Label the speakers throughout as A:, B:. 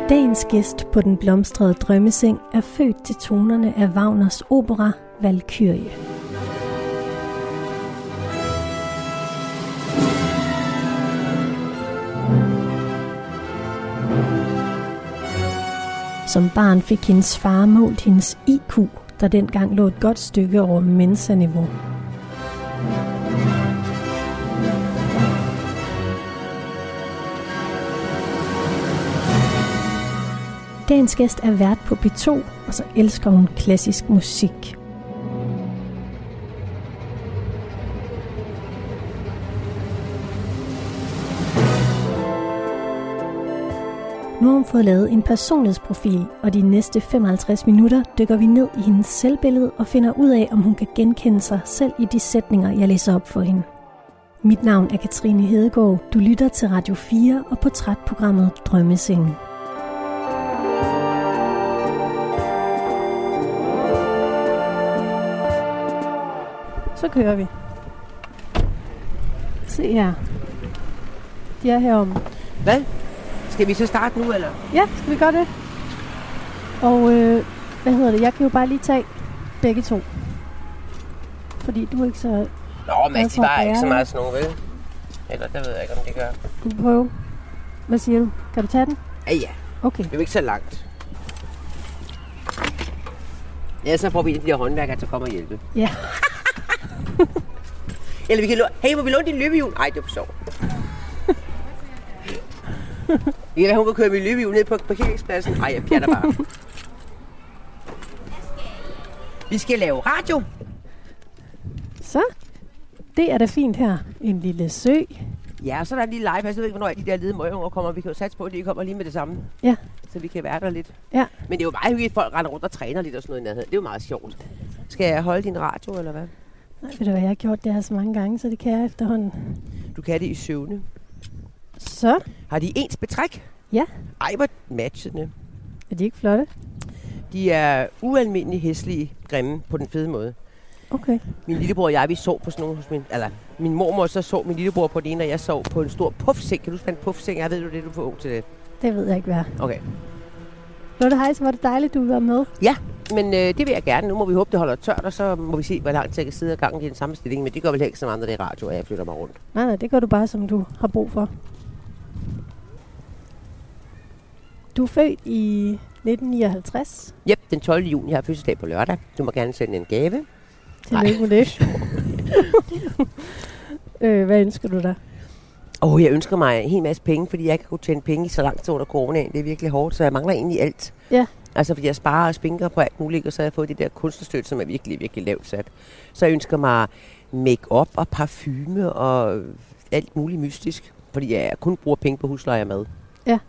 A: Dagens gæst på den blomstrede drømmeseng er født til tonerne af Wagners opera Valkyrie. Som barn fik hendes far målt hendes IQ, der dengang lå et godt stykke over Mensa-niveau. Dagens gæst er vært på P2, og så elsker hun klassisk musik. Nu har hun fået lavet en personlighedsprofil, og de næste 55 minutter dykker vi ned i hendes selvbillede og finder ud af, om hun kan genkende sig selv i de sætninger, jeg læser op for hende. Mit navn er Katrine Hedegaard. Du lytter til Radio 4 og portrætprogrammet Drømmesengen. Så kører vi. Se her. De er heromme.
B: Hvad? Skal vi så starte nu, eller?
A: Ja, skal vi gøre det? Og hvad hedder det? Jeg kan jo bare lige tage begge to. Fordi du er ikke så...
B: Nå, men de var ikke så meget sådan nogle, vel? Eller, det ved jeg ikke, om de gør.
A: Du kan prøve. Hvad siger du? Kan du tage den?
B: Ja.
A: Okay.
B: Det er jo ikke så langt. Ja, så får vi de der håndværkere til at komme og hjælpe.
A: Ja.
B: Eller vi kan hey, må vi låne din løbehjul? Ej, det er for sjovt. Ja, hun vil køre med løbehjul ned på parkeringspladsen. Ej, jeg pjatter bare. Vi skal lave radio.
A: Så. Det er da fint her. En lille sø.
B: Ja, så er der en lille legeplads. Jeg ved ikke, hvornår de der lede møger kommer. Vi kan jo satse på, at de kommer lige med det samme.
A: Ja.
B: Så vi kan være der lidt.
A: Ja.
B: Men det er jo meget hyggeligt, at folk render rundt og træner lidt og sådan noget i nærheden. Det er jo meget sjovt. Skal jeg holde din radio, eller hvad?
A: Nej, ved du hvad, jeg har gjort det her så mange gange, så det kan jeg efterhånden.
B: Du kan det i søvne.
A: Så.
B: Har de ens betræk?
A: Ja.
B: Ej, hvor matchende.
A: Er de ikke flotte?
B: De er ualmindeligt hæslige, grimme på den fede måde.
A: Okay.
B: Min lillebror og jeg, vi sov på sådan nogle hos min mormor, så sov min lillebror på den ene, og jeg sov på en stor puffseng. Kan du huske en puffseng? Jeg ved du det, du får ung til det.
A: Det ved jeg ikke, hvad.
B: Okay.
A: Lotte, hej, så var det dejligt, du var med.
B: Ja, men det vil jeg gerne. Nu må vi håbe, det holder tørt, og så må vi se, hvor langt jeg kan sidde ad gangen i den samme stilling. Men det gør vel ikke som andre, det er radio, og jeg flytter mig rundt.
A: Nej, det gør du bare, som du har brug for. Du er født i 1959.
B: Jep, den 12. juni. Jeg har fødselsdag på lørdag. Du må gerne sende en gave.
A: Tillykke med det. Hvad ønsker du dig?
B: Jeg ønsker mig en hel masse penge, fordi jeg ikke kunne tjene penge i så lang tid under coronaen. Det er virkelig hårdt, så jeg mangler egentlig alt.
A: Ja.
B: Altså, fordi jeg sparer og spinker på alt muligt, og så har jeg fået det der kunstnerstøtte, som er virkelig, virkelig lavt sat. Så jeg ønsker mig make-up og parfume og alt muligt mystisk, fordi jeg kun bruger penge på husleje og mad.
A: Ja.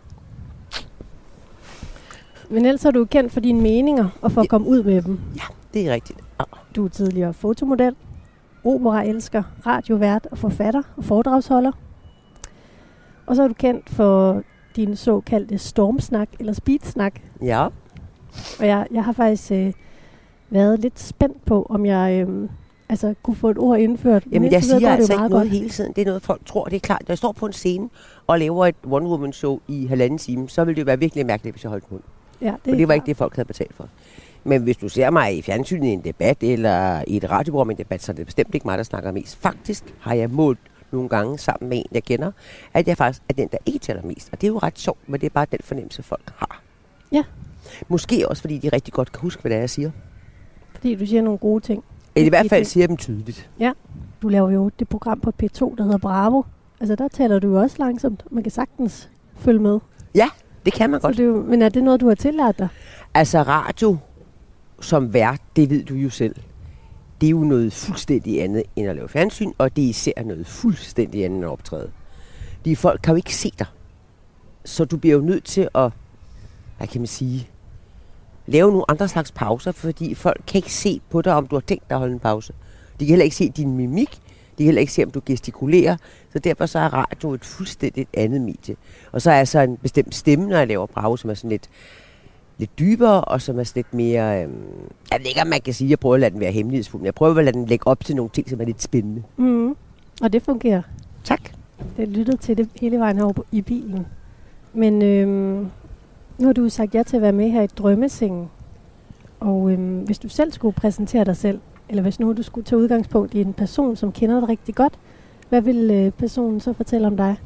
A: Men ellers er du kendt for dine meninger og for at komme ud med dem.
B: Ja, det er rigtigt.
A: Du er tidligere fotomodel, operaelsker, radiovært og forfatter og foredragsholder. Og så er du kendt for din såkaldte stormsnak eller speedsnak.
B: Ja.
A: Og jeg har faktisk været lidt spændt på, om jeg kunne få et ord indført.
B: Jamen jeg siger altså ikke noget hele tiden. Det er noget, folk tror. Det er klart, når jeg står på en scene og laver et one-woman-show i 1,5 time, så vil det jo være virkelig mærkeligt, hvis jeg holdt mund.
A: Ja,
B: det var ikke det, folk havde betalt for. Men hvis du ser mig i fjernsynet i en debat, eller i et radioprogram i en debat, så er det bestemt ikke mig, der snakker mest. Faktisk har jeg målt nogle gange sammen med en, jeg kender, at jeg faktisk er den, der ikke tæller mest. Og det er jo ret sjovt, men det er bare den fornemmelse, folk har.
A: Ja.
B: Måske også, fordi de rigtig godt kan huske, hvad det er, jeg siger.
A: Fordi du siger nogle gode ting.
B: Eller i hvert fald siger dem tydeligt.
A: Ja. Du laver jo det program på P2, der hedder Bravo. Altså, der taler du jo også langsomt. Man kan sagtens følge med.
B: Ja, det kan man godt.
A: Men er det noget, du har tillært dig? Altså,
B: radio som vært, det ved du jo selv. Det er jo noget fuldstændig andet end at lave fjernsyn, og det er især noget fuldstændig andet end at optræde. De folk kan jo ikke se dig. Så du bliver jo nødt til at, hvad kan man sige, lave nogle andre slags pauser, fordi folk kan ikke se på dig, om du har tænkt dig at holde en pause. De kan heller ikke se din mimik, de kan heller ikke se, om du gestikulerer, så derfor så er radio et fuldstændig andet medie. Og så er så en bestemt stemme, når jeg laver Bravo, som er sådan lidt dybere, og som er sådan lidt mere, jeg ved ikke, om man kan sige, at jeg prøver at lade den være hemmelighedsfuld, men jeg prøver at lade den lægge op til nogle ting, som er lidt spændende.
A: Mm. Og det fungerer.
B: Tak.
A: Det lyttede til det hele vejen herovre i bilen. Men Nu har du sagt ja til at være med her i Drømmesengen. Og hvis du selv skulle præsentere dig selv, eller hvis nu du skulle tage udgangspunkt i en person, som kender dig rigtig godt, hvad vil personen så fortælle om dig?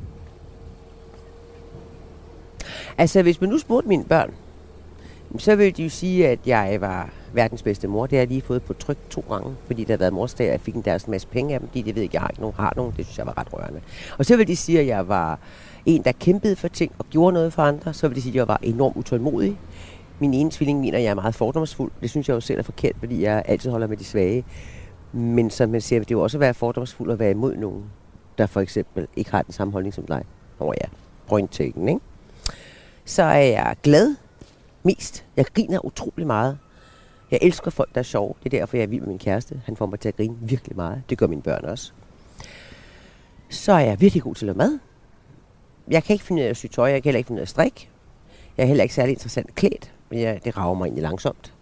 B: Altså, hvis man nu spurgte mine børn, så ville de jo sige, at jeg var verdens bedste mor. Det har jeg lige fået på tryk 2 gange, fordi der har været morsdag, og jeg fik en masse penge af dem, fordi de ved ikke, jeg har nogen. Det synes jeg var ret rørende. Og så vil de sige, at jeg var en, der kæmpede for ting og gjorde noget for andre. Så vil de sige, at jeg var enormt utålmodig. Min ene tvilling mener, at jeg er meget fordomsfuld. Det synes jeg jo selv er forkert, fordi jeg altid holder med de svage. Men som man siger, det er jo også at være fordomsfuld og være imod nogen, der for eksempel ikke har den samme holdning som dig. Point taken, ikke? Så er jeg glad mest. Jeg griner utrolig meget. Jeg elsker folk, der er sjove. Det er derfor, jeg er vild med min kæreste. Han får mig til at grine virkelig meget. Det gør mine børn også. Så er jeg virkelig god til at lave mad. Jeg kan ikke finde ud af at sy tøj. Jeg kan heller ikke finde ud af at strikke. Jeg er heller ikke særlig interessant klædt. Men det rager mig egentlig langsomt.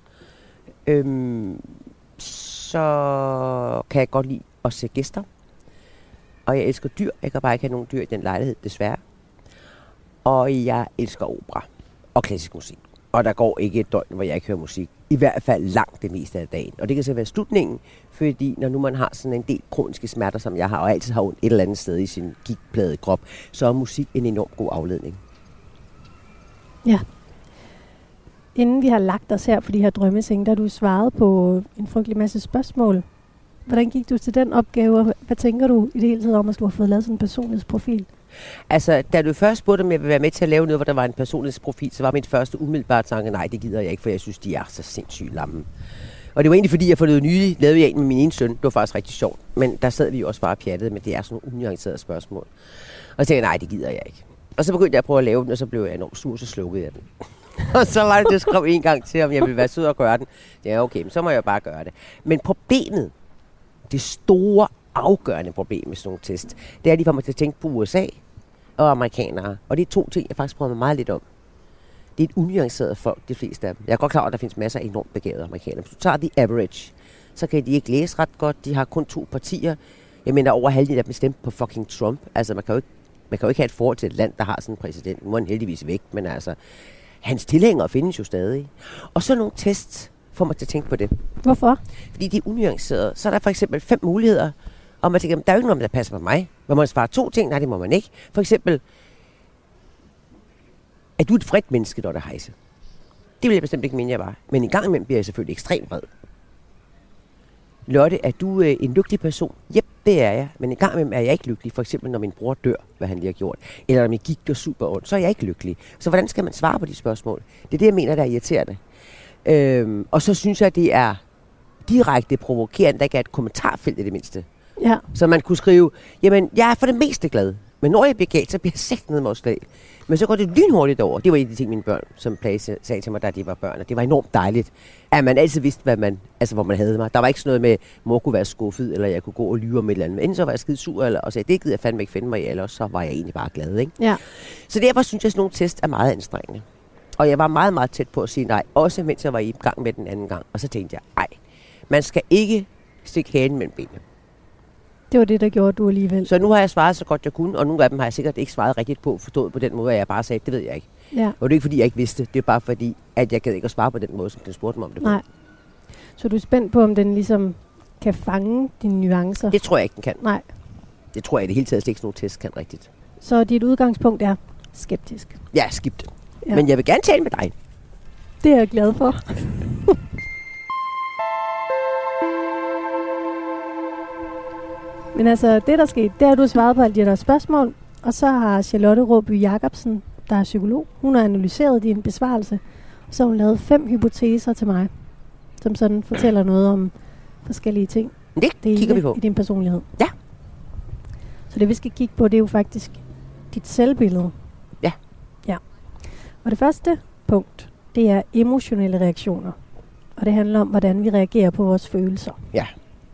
B: Så kan jeg godt lide at se gæster. Og jeg elsker dyr. Jeg kan bare ikke have nogen dyr i den lejlighed, desværre. Og jeg elsker opera og klassisk musik. Og der går ikke et døgn, hvor jeg ikke hører musik. I hvert fald langt det meste af dagen. Og det kan så være slutningen, fordi når nu man har sådan en del kroniske smerter, som jeg har, og altid har ondt et eller andet sted i sin gigtplagede krop, så er musik en enormt god afledning.
A: Ja. Inden vi har lagt os her på de her drømmesenge, der har du svaret på en frygtelig masse spørgsmål. Hvordan gik du til den opgave, og hvad tænker du i det hele taget om, at du har fået lavet sådan en personlighedsprofil?
B: Altså, da du først spurgte, om jeg ville være med til at lave noget, hvor der var en personlighedsprofil, så var min første umiddelbare tanke, nej, det gider jeg ikke, for jeg synes, de er så sindssygt lamme. Og det var egentlig fordi, jeg for noget nylig lavede jeg en med min ene søn. Det var faktisk rigtig sjovt. Men der sad vi jo også bare pjattet, men det er sådan nogle unuancerede spørgsmål. Og så tænkte jeg, nej, det gider jeg ikke. Og så begyndte jeg at prøve at lave den, og så blev jeg enormt sur, så slukkede jeg den. Og så var det, jeg skrev en gang til, om jeg ville være sød og gøre den. Ja, okay, men så må jeg bare gøre det. Men problemet, det store, afgørende problem med sådan nogle test, det er, at de får mig til at tænke på USA og amerikanere. Og det er 2 ting, jeg faktisk prøver mig meget lidt om. Det er et unuanceret folk, de fleste af dem. Jeg er godt klar over, at der findes masser af enormt begavede amerikanere. Hvis du tager the average, så kan de ikke læse ret godt. De har kun 2 partier. Jeg mener, over halvdelen af dem stemte på fucking Trump. Altså, man kan jo ikke have et forhold til et land, der har sådan en præsident. Nu er han heldigvis væk, men altså, hans tilhængere findes jo stadig. Og så nogle tests får mig til at tænke på det.
A: Hvorfor?
B: Fordi de er unuancerede. Så er der for eksempel 5 muligheder, og man tænker, der er jo ikke noget, der passer på mig. Man må svare 2 ting, nej, det må man ikke. For eksempel, er du et vredt menneske, når der hejse? Det vil jeg bestemt ikke mene, jeg var. Men en gang imellem bliver jeg selvfølgelig ekstremt vred. Lotte, er du en lykkelig person? Jep, det er jeg. Men en gang imellem er jeg ikke lykkelig. For eksempel, når min bror dør, hvad han lige har gjort. Eller når min gik går super ondt, så er jeg ikke lykkelig. Så hvordan skal man svare på de spørgsmål? Det er det, jeg mener, der er irriterende. Og så synes jeg, det er direkte provokerende, der ikke er et kommentarfelt i det mindste.
A: Ja.
B: Så man kunne skrive, jamen, jeg er for det meste glad. Men når jeg bliver galt, så bliver jeg sæt ned med slag. Men så går det lynhurtigt over. Det var en af de ting, mine børn, som sagde til mig, da de var børn. Og det var enormt dejligt, at man altid vidste, hvor man havde mig. Der var ikke sådan noget med, mor kunne være skuffet, eller jeg kunne gå og lyve om et eller andet. Men enten så var jeg skide sur, og sagde, det gider jeg fandme ikke finde mig i, eller så var jeg egentlig bare glad, ikke?
A: Ja.
B: Så derfor synes jeg, at sådan nogle test er meget anstrengende. Og jeg var meget, meget tæt på at sige nej, også mens jeg var i gang med den anden gang. Og så tænkte jeg, ej, man skal ikke stikke hagen mellem benene.
A: Det var det, der gjorde du alligevel.
B: Så nu har jeg svaret så godt jeg kunne, og nogle af dem har jeg sikkert ikke svaret rigtigt på, forstået på den måde, at jeg bare sagde, det ved jeg ikke.
A: Ja.
B: Og det er ikke, fordi jeg ikke vidste det, er bare fordi, at jeg gad ikke at svare på den måde, som den spurgte mig om det.
A: Nej. Så du er spændt på, om den ligesom kan fange dine nuancer?
B: Det tror jeg ikke, den kan.
A: Nej.
B: Det tror jeg i det hele taget ikke, sådan nogle test kan rigtigt.
A: Så dit udgangspunkt er skeptisk?
B: Ja, skip det.
A: Ja.
B: Men jeg vil gerne tale med dig.
A: Det er jeg glad for. Men altså, det der skete, det er, at du har svaret på alle de der spørgsmål, og så har Charlotte Råby Jacobsen, der er psykolog, hun har analyseret din besvarelse, og så har hun lavet 5 hypoteser til mig, som sådan fortæller noget om forskellige ting.
B: Det kigger vi på.
A: I din personlighed.
B: Ja.
A: Så det vi skal kigge på, det er jo faktisk dit selvbillede.
B: Ja.
A: Ja. Og det første punkt, det er emotionelle reaktioner. Og det handler om, hvordan vi reagerer på vores følelser.
B: Ja.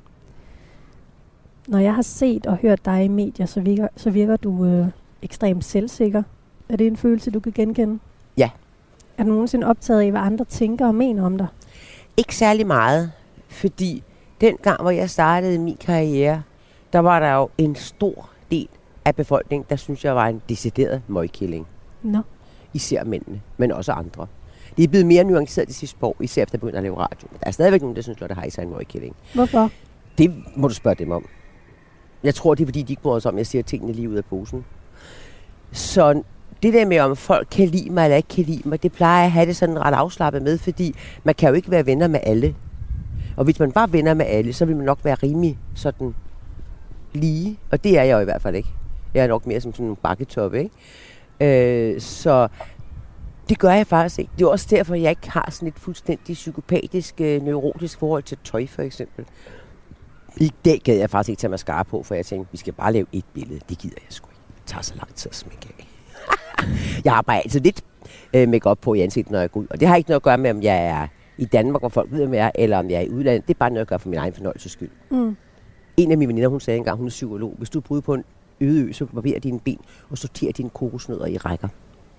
A: Når jeg har set og hørt dig i medier, så virker du ekstremt selvsikker. Er det en følelse, du kan genkende?
B: Ja.
A: Er du nogensinde optaget af, hvad andre tænker og mener om dig?
B: Ikke særlig meget, fordi den gang, hvor jeg startede min karriere, der var der jo en stor del af befolkningen, der synes jeg var en decideret møgkilling.
A: Nå.
B: Især mændene, men også andre. Det er blevet mere nuanceret de sidste år, især efter at begynde at lave radio. Der er stadigvæk nogen, der synes, at det hejser en møgkælling.
A: Hvorfor?
B: Det må du spørge dem om. Jeg tror, det er fordi, de ikke bryder sig om, at jeg siger tingene lige ud af posen. Så det der med, om folk kan lide mig eller ikke kan lide mig, det plejer jeg at have det sådan ret afslappet med, fordi man kan jo ikke være venner med alle. Og hvis man bare venner med alle, så vil man nok være rimelig sådan lige. Og det er jeg jo i hvert fald ikke. Jeg er nok mere som sådan en bakketop, ikke? Så det gør jeg faktisk ikke. Det er også derfor, jeg ikke har sådan et fuldstændig psykopatisk, neurotisk forhold til tøj, for eksempel. I dag gad jeg faktisk ikke tage mascara på, for jeg tænkte, vi skal bare lave et billede. Det gider jeg sgu ikke. Det tager så lang tid at smække af. Jeg har bare altid lidt make-up på i ansigtet, når jeg går ud. Og det har ikke noget at gøre med, om jeg er i Danmark, hvor folk ved, hvem jeg er, eller om jeg er i udlandet. Det er bare noget at gøre for min egen fornøjelses skyld. Mm. En af mine veninder, hun sagde engang, hun er psykolog. Hvis du bryder på en øde ø, så barberer dine ben og sorterer dine kokosnødder i rækker.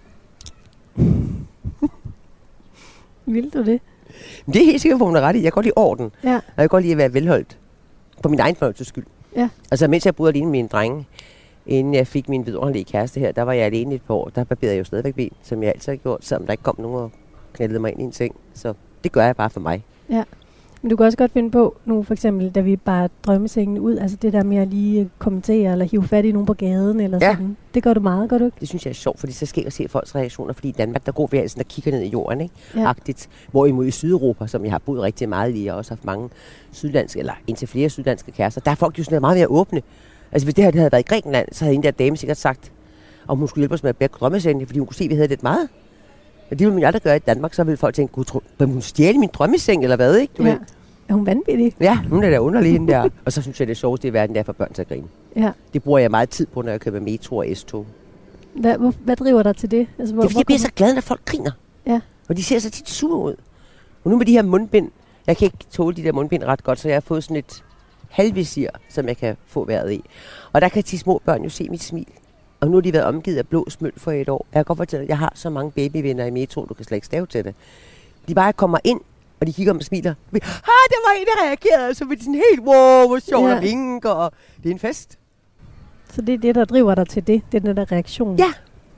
A: Vil du det?
B: Men det er helt sikkert, hvor hun er ret i. Jeg går lide orden. Ja. Og jeg går lide at være velholdt. For min egen fornøjelses skyld. Ja. Altså, mens jeg boede alene med mine drenge, inden jeg fik min vidunderlige kæreste her, der var jeg alene et par år. Der barberede jeg jo stadigvæk ben, som jeg altid har gjort, selvom der ikke kom nogen og knaldede mig ind i en seng. Så det gør jeg bare for mig. Ja.
A: Men du kan også godt finde på, nu for eksempel, da vi bare drømmesengen ud, altså det der med at lige kommentere, eller hive fat i nogen på gaden, eller sådan. Det gør du meget, gør du ikke?
B: Det synes jeg er sjovt, fordi så skal jeg se folks reaktioner, fordi i Danmark, der går vi altså, der kigger ned i jorden, ikke? Ja. Agtigt. Hvorimod i Sydeuropa, som jeg har boet rigtig meget i, og også haft mange sydlandske, eller indtil flere sydlandske kærester, der er folk jo sådan meget mere åbne. Altså hvis det her det havde været i Grækenland, så havde en der dame sikkert sagt, om hun skulle hjælpe os med at bære drømmesengen, fordi hun kunne se, at vi havde lidt meget. Og det ville man aldrig gøre i Danmark, så ville folk tænke, gud, vil hun stjæle min drømmeseng, eller hvad, ikke? Du ved?
A: Er hun vanvittig?
B: Ja, hun er da underlig hende der. Og så synes jeg, det sjoveste i verden, det er for børn til at grine. Ja. Det bruger jeg meget tid på, når jeg køber metro og S-tog.
A: Hvad driver dig til det? Altså,
B: det er fordi, jeg bliver så glad, når folk griner. Ja. Og de ser så tit sure ud. Og nu med de her mundbind, jeg kan ikke tåle de der mundbind ret godt, så jeg har fået sådan et halvvisir, som jeg kan få vejret i. Og der kan de små børn jo se mit smil. Og nu har de været omgivet af blå smøl for et år. Jeg kan godt fortælle, at jeg har så mange babyvenner i metro, du kan slet ikke stave til det. De bare kommer ind, og de kigger og smiler. Det var en, der reagerede, så bliver de sådan helt, wow, hvor sjovt og vinker, og det er en fest.
A: Så det er det, der driver dig til det? Det er den der reaktion?
B: Ja.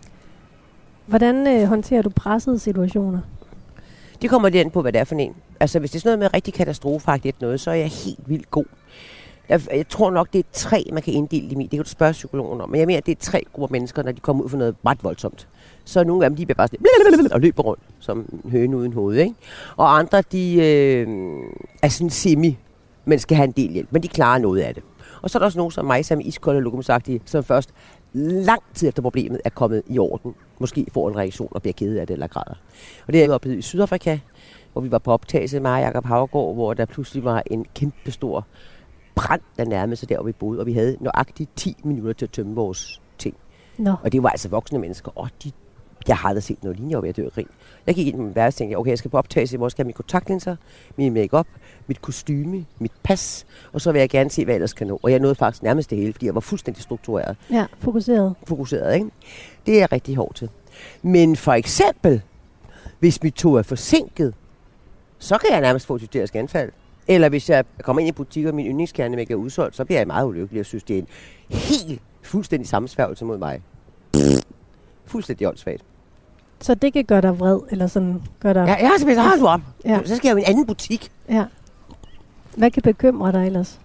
A: Hvordan håndterer du pressede situationer?
B: Det kommer lidt an på, hvad det er for en. Altså, hvis det er sådan noget med rigtig katastrofeagtigt noget, så er jeg helt vildt god. Jeg tror nok, det er 3, man kan inddele dem i. Det kan du spørge psykologen om. Men jeg mener, det er 3 grupper mennesker, når de kommer ud for noget ret voldsomt. Så nogle af dem, de bliver bare sådan og løber rundt, som en høne uden hoved, ikke? Og andre, de er sådan semi, men skal have en del hjælp. Men de klarer noget af det. Og så er der også nogen som mig, som er iskold og lokumsagtige, som først lang tid efter problemet er kommet i orden. Måske får en reaktion og bliver ked af det eller græder. Og det har jeg oplevet i Sydafrika, hvor vi var på optagelse med Jacob Haugaard, hvor der pludselig var en kæmpe stor brand, der nærmede sig der, hvor vi boede. Og vi havde nøjagtigt 10 minutter til at tømme vores ting. No. Og det var altså voksne mennesker. Og jeg har aldrig set noget lignende, og jeg dør i grin. Jeg gik ind med min værelse og tænkte, okay, jeg skal på optagelse, hvor skal jeg have mine kontaktlinser, min make-up, mit kostyme, mit pas, og så vil jeg gerne se, hvad jeg ellers kan nå. Og jeg nåede faktisk nærmest det hele, fordi jeg var fuldstændig struktureret.
A: Ja, fokuseret.
B: Fokuseret, ikke? Det er jeg rigtig hård til. Men for eksempel, hvis mit tog er forsinket, så kan jeg nærmest få et hysterisk anfald. Eller hvis jeg kommer ind i butikker, og min yndlingskernemælk er udsolgt, så bliver jeg meget ulykkelig og synes, det er en helt fuldstændig sammensværgelse mod mig. Fuldstændig åndssvagt.
A: Så det kan gøre dig vred, eller sådan gør dig...
B: Ja, jeg har simpelthen op. Ja. Så skal jeg jo i en anden butik.
A: Ja. Hvad kan bekymre dig ellers?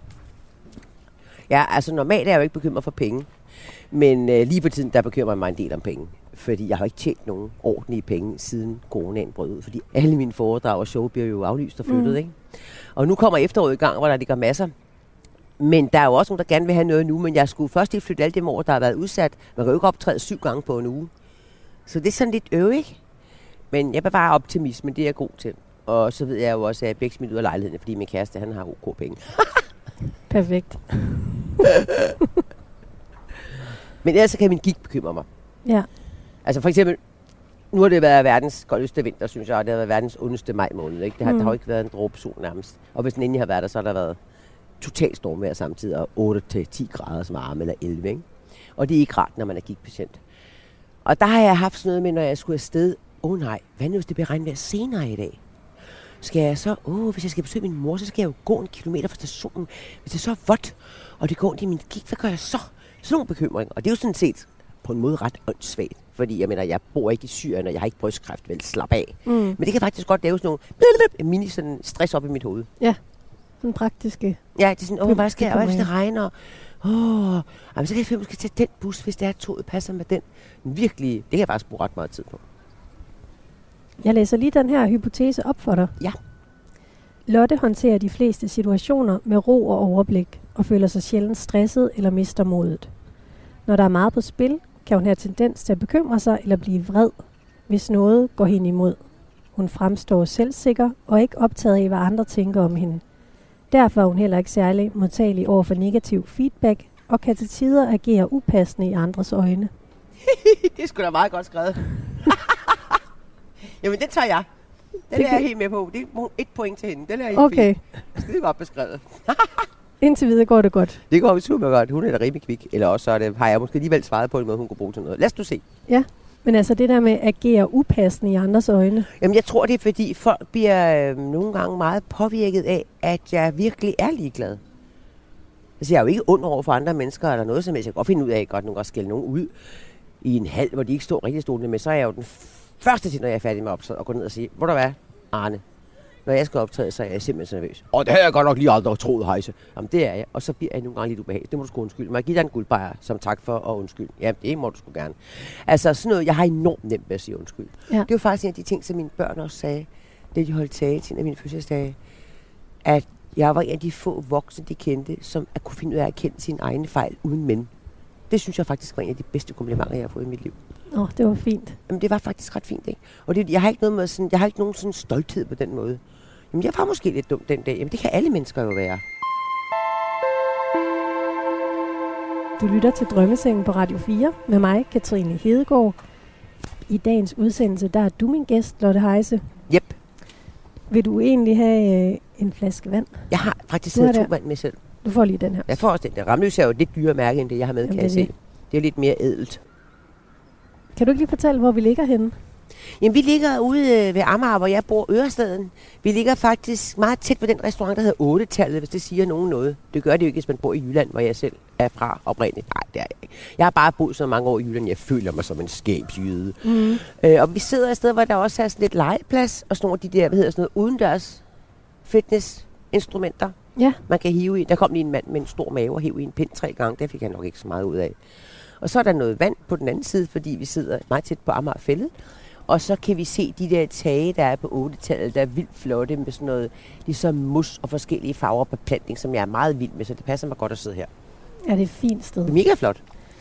B: Ja, altså normalt er jeg jo ikke bekymret for penge. Men lige på tiden, der bekymrer mig en del om penge. Fordi jeg har ikke tjent nogen ordentlige penge, siden coronaen brød ud. Fordi alle mine foredrag og show bliver jo aflyst og flyttet, ikke? Og nu kommer efteråret i gang, hvor der ligger masser. Men der er jo også nogen, der gerne vil have noget nu. Men jeg skulle først lige flytte alle dem over, der har været udsat. Man kan jo ikke optræde 7 gange på en uge. Så det er sådan lidt ikke? Men jeg bevarer optimisme, det er jeg god til. Og så ved jeg jo også, at jeg begge smidt ud af lejligheden, fordi min kæreste, han har OK penge.
A: Perfekt.
B: Men ellers så kan min gig bekymre mig.
A: Ja.
B: Altså for eksempel, nu har det været verdens koldeste vinter, synes jeg, og det har været verdens ondeste maj måned. Ikke? Der har jo ikke været en dråbe sol nærmest. Og hvis den endelig har været der, så har der været totalt stormvejr samtidig, og 8-10 graders varme eller 11. Ikke? Og det er ikke rart, når man er gigpatient. Og der har jeg haft sådan noget med, når jeg skulle afsted. Nej, hvad nu hvis det bliver regnvejr senere i dag? Skal jeg så, hvis jeg skal besøge min mor, så skal jeg jo gå 1 kilometer fra stationen. Hvis det er så vådt, og det går ondt i min gig, hvad gør jeg så? Sådan nogle bekymringer. Og det er jo sådan set på en måde ret åndssvagt. Fordi jeg mener, jeg bor ikke i Syrien, og jeg har ikke brystkræft, vel, slap af. Men det kan faktisk godt lave sådan nogle mini sådan stress op i mit hoved.
A: Ja, sådan praktiske.
B: Ja, det er sådan, hvad skal jeg, hvis det regner? Så kan jeg måske tage den bus, hvis det er, toget passer med den. Virkelig, det kan jeg faktisk bruge ret meget tid på.
A: Jeg læser lige den her hypotese op for dig.
B: Ja.
A: Lotte håndterer de fleste situationer med ro og overblik, og føler sig sjældent stresset eller mister modet. Når der er meget på spil, kan hun have tendens til at bekymre sig eller blive vred, hvis noget går hende imod. Hun fremstår selvsikker og ikke optaget af, hvad andre tænker om hende. Derfor er hun heller ikke særlig modtagelig over for negativ feedback, og kan til tider agere upassende i andres øjne.
B: Det er sgu da meget godt skrevet. Jamen, den tager jeg. Den er jeg helt med på. Det er 1 point til hende. Den er helt
A: okay.
B: Fint. Skide godt beskrevet.
A: Indtil videre går det godt.
B: Det går super godt. Hun er da rimelig kvik. Eller også så har jeg måske alligevel svaret på en måde, hun kunne bruge til noget. Lad os du se.
A: Ja, men altså det der med at agere upassende i andres øjne.
B: Jamen, jeg tror, det er fordi folk bliver nogle gange meget påvirket af, at jeg virkelig er ligeglad. Altså, jeg er jo ikke ond over for andre mennesker eller noget som helst. Jeg kan godt finde ud af, at jeg godt nogle gange skælde nogen ud i en hal, hvor de ikke står rigtig stolende med. Så er jeg jo den første til, når jeg er færdig med optræde, og gå ned og sige, hvor der er, Arne, når jeg skal optræde, så er jeg simpelthen så nervøs. Det har jeg godt nok lige aldrig troet, Heise. Jamen, det er jeg. Og så bliver jeg nogle gange lidt ubehagelig. Det må du sgu undskylde. Må jeg give dig en guldbajer som tak for at undskylde? Ja, det må du sgu gerne. Altså, sådan noget, jeg har enormt nemt ved at sige undskyld. Ja. Det var faktisk en af de ting, som mine børn også sagde, da de holdt tale til en af mine fødselsdage, at jeg var en af de få voksne, de kendte, som at kunne finde ud af at kende sine egne fejl uden men. Det synes jeg faktisk var en af de bedste komplimenter, jeg har fået i mit liv.
A: Det var fint.
B: Jamen, det var faktisk ret fint, ikke? Og jeg har ikke noget med sådan, jeg har ikke nogen sådan stolthed på den måde. Jamen, jeg var måske lidt dum den dag. Jamen, det kan alle mennesker jo være.
A: Du lytter til Drømmesengen på Radio 4 med mig, Katrine Hedegaard. I dagens udsendelse, der er du min gæst, Lotte Heise.
B: Yep.
A: Vil du egentlig have en flaske vand?
B: Jeg har faktisk taget 2 vand med selv.
A: Du får lige den her.
B: Jeg får også den der. Ramløs er jo et lidt dyrere mærke, end det, jeg har med, jamen, kan jeg se. Det er lidt mere ædelt.
A: Kan du ikke lige fortælle, hvor vi ligger henne?
B: Jamen, vi ligger ude ved Amager, hvor jeg bor, Ørestaden. Vi ligger faktisk meget tæt ved den restaurant, der hedder 8-tallet, hvis det siger nogen noget. Det gør det jo ikke, hvis man bor i Jylland, hvor jeg selv er fra oprindeligt. Nej, det er jeg ikke. Jeg har bare boet så mange år i Jylland, jeg føler mig som en skabsjyde. Og vi sidder et sted, hvor der også er sådan lidt legeplads, og sådan nogle af de der, udendørs fitnessinstrumenter. Ja. Man kan hive i. Der kom lige en mand med en stor mave og hive i en pind 3 gange. Det fik jeg nok ikke så meget ud af. Og så er der noget vand på den anden side, fordi vi sidder meget tæt på Amagerfællet. Og så kan vi se de der tage, der er på 8-tallet, der er vildt flotte med sådan noget, ligesom mus og forskellige farver på plantning, som jeg er meget vild med, så det passer mig godt at sidde her.
A: Ja, det er et fint sted.
B: Det er mega flot.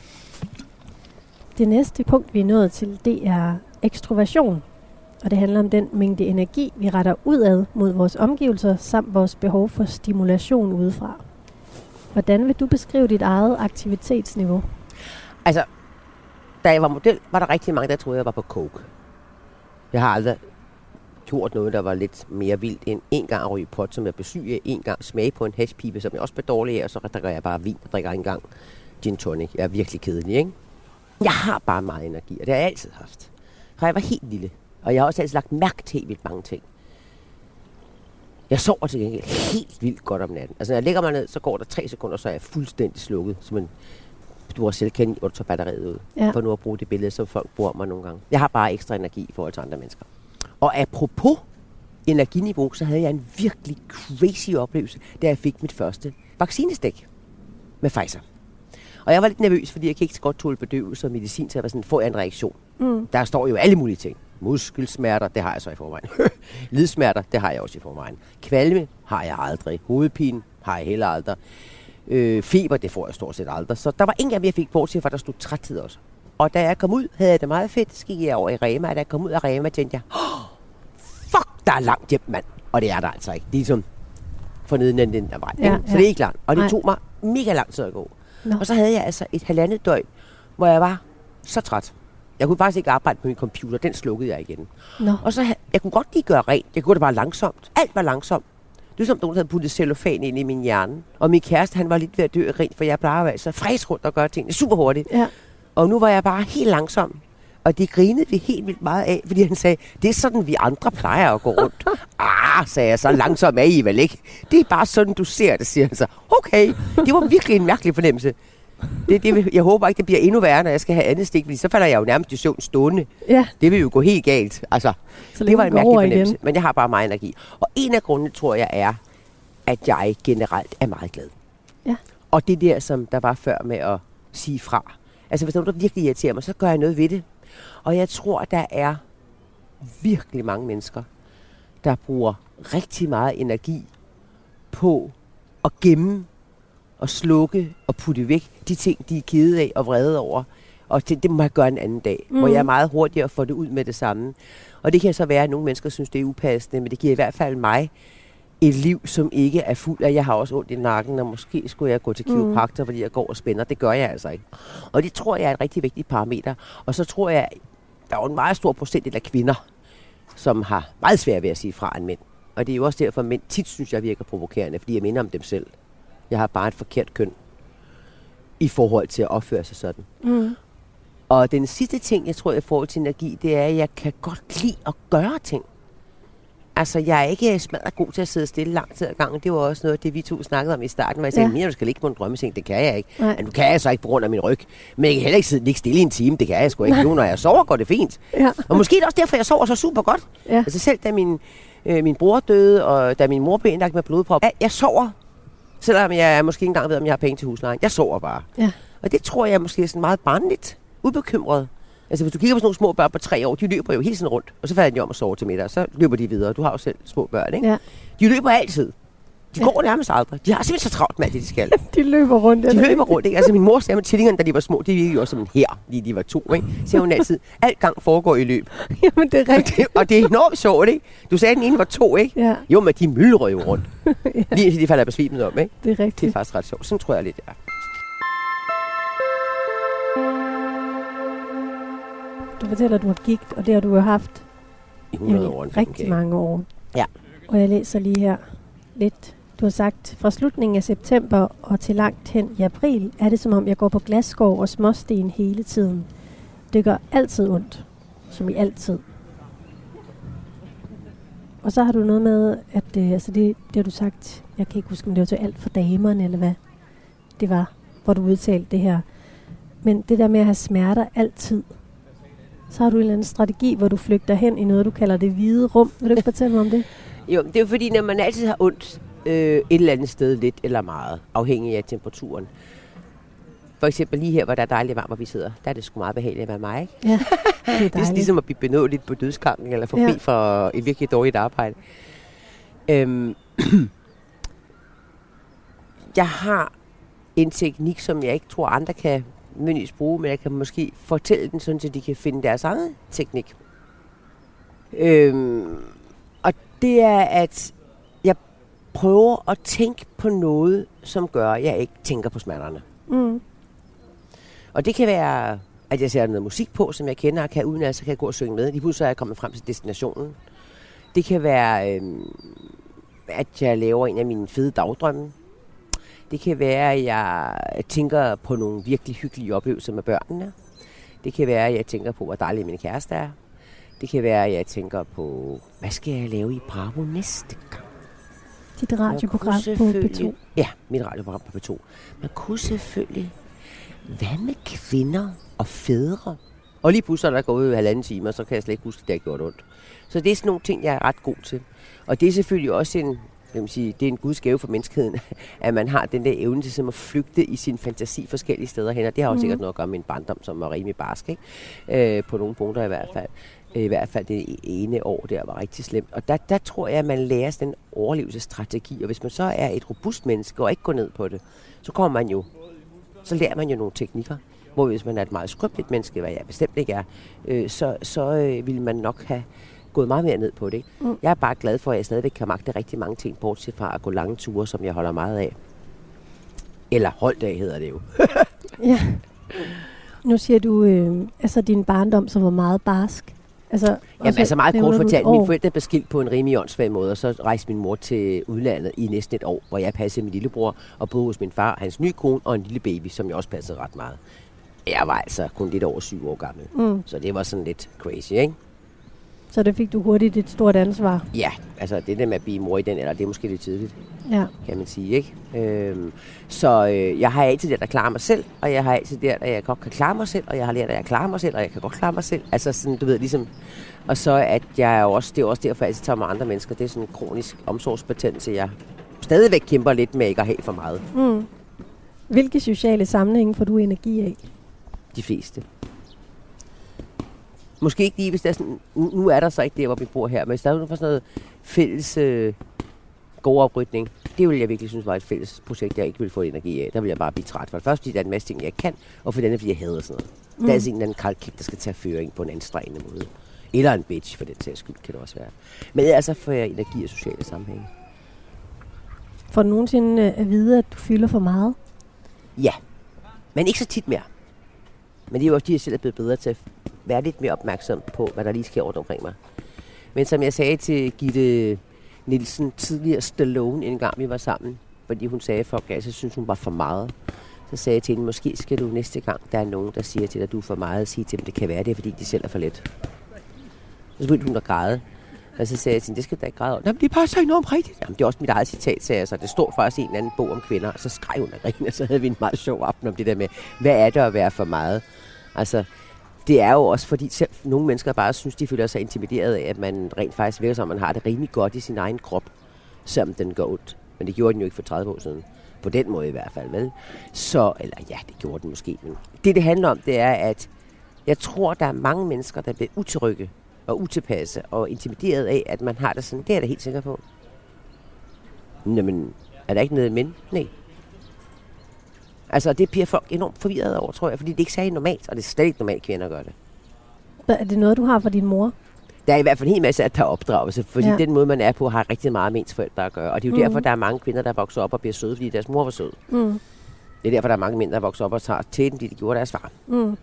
A: Det næste punkt, vi er nået til, det er ekstroversion. Og det handler om den mængde energi, vi retter udad mod vores omgivelser, samt vores behov for stimulation udefra. Hvordan vil du beskrive dit eget aktivitetsniveau?
B: Altså, da jeg var model, var der rigtig mange, der troede, jeg var på coke. Jeg har aldrig gjort noget, der var lidt mere vildt end en gang at ryge pot, som jeg blev syg af, en gang smage på en hashpibe, som jeg også blev dårlig af, og så drikker jeg bare vin og drikker en gang gin tonic. Jeg er virkelig kedelig, ikke? Jeg har bare meget energi, og det har jeg altid haft. For jeg var helt lille, og jeg har også altid lagt mærke til vildt mange ting. Jeg sover til gengæld helt vildt godt om natten. Altså, når jeg lægger mig ned, så går der 3 sekunder, så er jeg fuldstændig slukket, som en du har selvkendt, hvor du tager batteriet ud. Ja. For nu at bruge det billede, som folk bruger mig nogle gange. Jeg har bare ekstra energi i forhold til andre mennesker. Og apropos energiniveau, så havde jeg en virkelig crazy oplevelse, da jeg fik mit første vaccinestik med Pfizer. Og jeg var lidt nervøs, fordi jeg kan ikke så godt tåle bedøvelse og medicin, så jeg var sådan, får jeg en reaktion. Der står jo alle mulige ting. Muskelsmerter, det har jeg så i forvejen. Lidsmerter, det har jeg også i forvejen. Kvalme har jeg aldrig. Hovedpine har jeg heller aldrig. Feber, det får jeg stort set aldrig. Så der var ingen af dem, jeg fik bort til, for der stod træthed også. Og da jeg kom ud, havde jeg det meget fedt. Så gik jeg over i Rema, og da jeg kom ud af Rema, tænkte jeg, fuck, der er langt hjem, mand. Og det er der altså ikke. Det er som for neden af den der vej. Ja, så det er ikke langt. Og det tog mig mega lang tid at gå. No. Og så havde jeg altså et 1,5 døgn, hvor jeg var så træt. Jeg kunne faktisk ikke arbejde på min computer. Den slukkede jeg igen. No. Og så jeg kunne godt lige gøre rent. Jeg kunne det bare langsomt. Alt var langsomt. Det var som nogen, der havde puttet cellofan ind i min hjerne. Og min kæreste, han var lidt ved at dø af grin, for jeg plejer at være så frisk rundt og gøre tingene super hurtigt. Ja. Og nu var jeg bare helt langsom. Og det grinede vi helt vildt meget af, fordi han sagde, det er sådan, vi andre plejer at gå rundt. Sagde jeg så, langsom er I vel ikke? Det er bare sådan, du ser det, siger han så. Okay, det var virkelig en mærkelig fornemmelse. Jeg håber ikke, det bliver endnu værre, når jeg skal have andet stik, fordi så falder jeg jo nærmest i søvn stående.
A: Ja.
B: Det vil jo gå helt galt. Altså, det var en mærkelig fornemmelse, men jeg har bare meget energi. Og en af grundene, tror jeg, er, at jeg generelt er meget glad.
A: Ja.
B: Og det der, som der var før med at sige fra. Altså, hvis der er noget, der virkelig irriterer mig, så gør jeg noget ved det. Og jeg tror, der er virkelig mange mennesker, der bruger rigtig meget energi på at gemme og slukke og putte væk de ting, de er kede af og vrede over. Og det må jeg gøre en anden dag, hvor jeg er meget hurtigere at få det ud med det samme. Og det kan så være, at nogle mennesker synes, det er upassende, men det giver i hvert fald mig et liv, som ikke er fuld af. Jeg har også ondt i nakken, og måske skulle jeg gå til kiropraktor, fordi jeg går og spænder. Det gør jeg altså ikke. Og det tror jeg er et rigtig vigtigt parameter. Og så tror jeg, der er en meget stor procentdel af kvinder, som har meget svært ved at sige fra en mænd. Og det er jo også derfor, at mænd tit synes, jeg virker provokerende, fordi jeg minder om dem selv. Jeg har bare et forkert køn i forhold til at opføre sig sådan. Og den sidste ting, jeg tror, jeg får til energi, det er, at jeg kan godt lide at gøre ting. Altså, jeg er ikke smadret god til at sidde stille lang tid ad gangen. Det var også noget af det, vi to snakkede om i starten, hvor jeg sagde, Mia, du skal ligge på en drømmeseng. Det kan jeg ikke. Men nu kan jeg så ikke på grund af min ryg. Men jeg kan heller ikke ligge stille i en time. Det kan jeg sgu ikke. Nu, når jeg sover, går det fint. Ja. Og måske er det også derfor, jeg sover så super godt. Ja. Altså selv da min bror døde, og da min mor blev indlagt med blodprop, jeg sover. Selvom jeg måske ikke engang ved, om jeg har penge til huslejen. Jeg sover bare. Ja. Og det tror jeg måske er sådan meget barnligt, ubekymret. Altså hvis du kigger på sådan nogle små børn på 3 år, de løber jo hele tiden rundt. Og så falder de om at sove til middag, og så løber de videre. Du har jo selv små børn, ikke? Ja. De løber altid. De går nærmest aldrig. De har simpelthen så travlt med alt det, de skal.
A: De løber rundt.
B: De løber rundt, ikke? Altså min mor sagde med tvillingerne, da de var små, de virkede jo også som en hær, lige de var 2, ikke? Så hun altid, alt gang foregår i løb.
A: Jamen det er rigtigt.
B: Og det er enormt sjovt, ikke? Du sagde, at den ene var 2, ikke? Ja. Jo, men de myldrer jo rundt. Lige indtil de falder besvimet om, ikke?
A: Det er rigtigt.
B: Det er faktisk ret sjovt. Sådan tror jeg lidt, ja.
A: Du fortæller, at du har gigt, og det har du jo haft
B: i 100 år.
A: Rigtig mange år.
B: Ja.
A: Og jeg læser lige her lidt. Du har sagt, fra slutningen af september og til langt hen i april, er det som om, jeg går på glasskov og småsten hele tiden. Det gør altid ondt, som i altid. Og så har du noget med, at det har du sagt, jeg kan ikke huske, om det var til alt for damerne, eller hvad det var, hvor du udtalte det her. Men det der med at have smerter altid, så har du en eller anden strategi, hvor du flygter hen i noget, du kalder det hvide rum. Vil du ikke fortælle mig om det?
B: Jo, det er jo fordi, når man altid har ondt et eller andet sted lidt eller meget, afhængig af temperaturen. For eksempel lige her, hvor der er dejligt varmt, hvor vi sidder, der er det sgu meget behageligt at være mig, ikke? Ja, det er det er ligesom at blive benådet lidt på dødsgangen, eller få fri for et virkelig dårligt arbejde. Jeg har en teknik, som jeg ikke tror, andre kan myndigvis bruge, men jeg kan måske fortælle den, sådan, så de kan finde deres egen teknik. Og det er, at jeg prøver at tænke på noget, som gør, at jeg ikke tænker på smerterne. Og det kan være, at jeg sætter noget musik på, som jeg kender og kan, uden at så kan jeg gå og synge med. Lige pludselig er jeg kommet frem til destinationen. Det kan være, at jeg laver en af mine fede dagdrømme. Det kan være, at jeg tænker på nogle virkelig hyggelige oplevelser med børnene. Det kan være, at jeg tænker på, hvor dejlig min kæreste er. Det kan være, at jeg tænker på, hvad skal jeg lave i Bravo næste gang?
A: Dit radioprogram på P2.
B: Ja, mit radioprogram på P2. Man kunne selvfølgelig, hvad med kvinder og fædre? Og lige pludselig er der gået 1,5 time, så kan jeg slet ikke huske, at det har gjort ondt. Så det er sådan nogle ting, jeg er ret god til. Og det er selvfølgelig også det er en guds gave for menneskeheden, at man har den der evne til at flygte i sin fantasi forskellige steder hen. Og det har jo sikkert noget at gøre med en barndom, som var rimelig barsk, ikke? På nogle punkter i hvert fald. I hvert fald det ene år der var rigtig slemt. Og der tror jeg, at man lærer sådan en overlevelsesstrategi. Og hvis man så er et robust menneske og ikke går ned på det, så lærer man jo nogle teknikker. Hvor hvis man er et meget skrøbeligt menneske, hvad jeg bestemt ikke er, så vil man nok have gået meget mere ned på det. Ikke? Jeg er bare glad for, at jeg stadigvæk kan magte rigtig mange ting, bortset fra at gå lange ture, som jeg holder meget af. Eller holddag hedder det jo.
A: Ja. Nu siger du, din barndom, som var meget barsk.
B: Meget kort fortalt. Mine forældre blev skilt på en rimelig åndssvag måde, og så rejste min mor til udlandet i næsten et år, hvor jeg passede min lillebror og boede hos min far, hans nye kone og en lille baby, som jeg også passede ret meget. Jeg var altså kun lidt over 7 år gammel, så det var sådan lidt crazy, ikke?
A: Så det fik du hurtigt et stort ansvar.
B: Ja, altså det der med at blive mor i den alder, det er måske lidt tidligt, kan man sige, ikke? Jeg har altid lært at klare mig selv, og jeg har altid lært, at jeg godt kan klare mig selv, og jeg har lært, at jeg klarer mig selv, og jeg kan godt klare mig selv. Altså sådan, du ved, ligesom... Og så at jeg er også, det er også derfor, at jeg altid tager mig andre mennesker. Det er sådan en kronisk omsorgsbetændelse, jeg stadigvæk kæmper lidt med ikke at have for meget.
A: Mm. Hvilke sociale sammenhænge får du energi af?
B: De fleste. Måske ikke lige, hvis det er sådan... Nu er der så ikke der, hvor vi bor her, men hvis der er sådan noget fælles gårdoprydning, det ville jeg virkelig synes var et fælles projekt, jeg ikke ville få energi af. Der ville jeg bare blive træt. For det første, fordi der er en masse ting, jeg kan, og for det andet, fordi jeg hader sådan noget. Der er altså en eller anden kaldkægt, der skal tage føring på en anstrengende måde. Eller en bitch, for den sags skyld, kan det også være. Men altså får jeg energi af sociale sammenhænge.
A: Får du nogensinde at vide, at du fylder for meget?
B: Ja, men ikke så tit mere. Men det er jo også, at jeg selv er blevet bedre til at være lidt mere opmærksom på, hvad der lige sker rundt omkring mig. Men som jeg sagde til Gitte Nielsen, tidligere Stallone, en gang vi var sammen, fordi hun sagde, for at så synes hun var for meget. Så sagde jeg til hende, måske skal du næste gang, der er nogen, der siger til dig, at du er for meget, at sige til dem, det kan være det, fordi de selv er for let. Så begyndte hun at græde. Og så sagde jeg til hende, det skal du da ikke græde over. Jamen, det er bare så enormt rigtigt. Jamen, det er også mit eget citat, sagde jeg så. Det står faktisk i en eller anden bog om kvinder, og så skrev hun af grin, og så havde vi en meget sjov aften om det der med, hvad er det at være for meget? Altså, det er jo også, fordi selv nogle mennesker bare synes, de føler sig intimideret af, at man rent faktisk virker som, man har det rimelig godt i sin egen krop, selvom den går ud. Men det gjorde den jo ikke for 30 år siden. På den måde i hvert fald, vel? Så, eller ja, det gjorde den måske. Men det handler om, det er, at jeg tror, der er mange mennesker, der bliver utrygge og utilpasse og intimideret af, at man har det sådan. Det er jeg da helt sikker på. Jamen, er der ikke noget men? Nej. Altså, det bliver folk enormt forvirret over, tror jeg, fordi det ikke er særlig normalt, og det er slet ikke normalt, kvinder gør det.
A: Er det noget, du har fra din mor?
B: Der er i hvert fald en hel masse, at der er opdragelse, fordi den måde, man er på, har rigtig meget med ens forældre at gøre. Og det er jo derfor, der er mange kvinder, der vokser op og bliver søde, fordi deres mor var sød. Mm. Det er derfor, der er mange mænd, der vokser op og tager til den, fordi de gjorde deres far. Mm.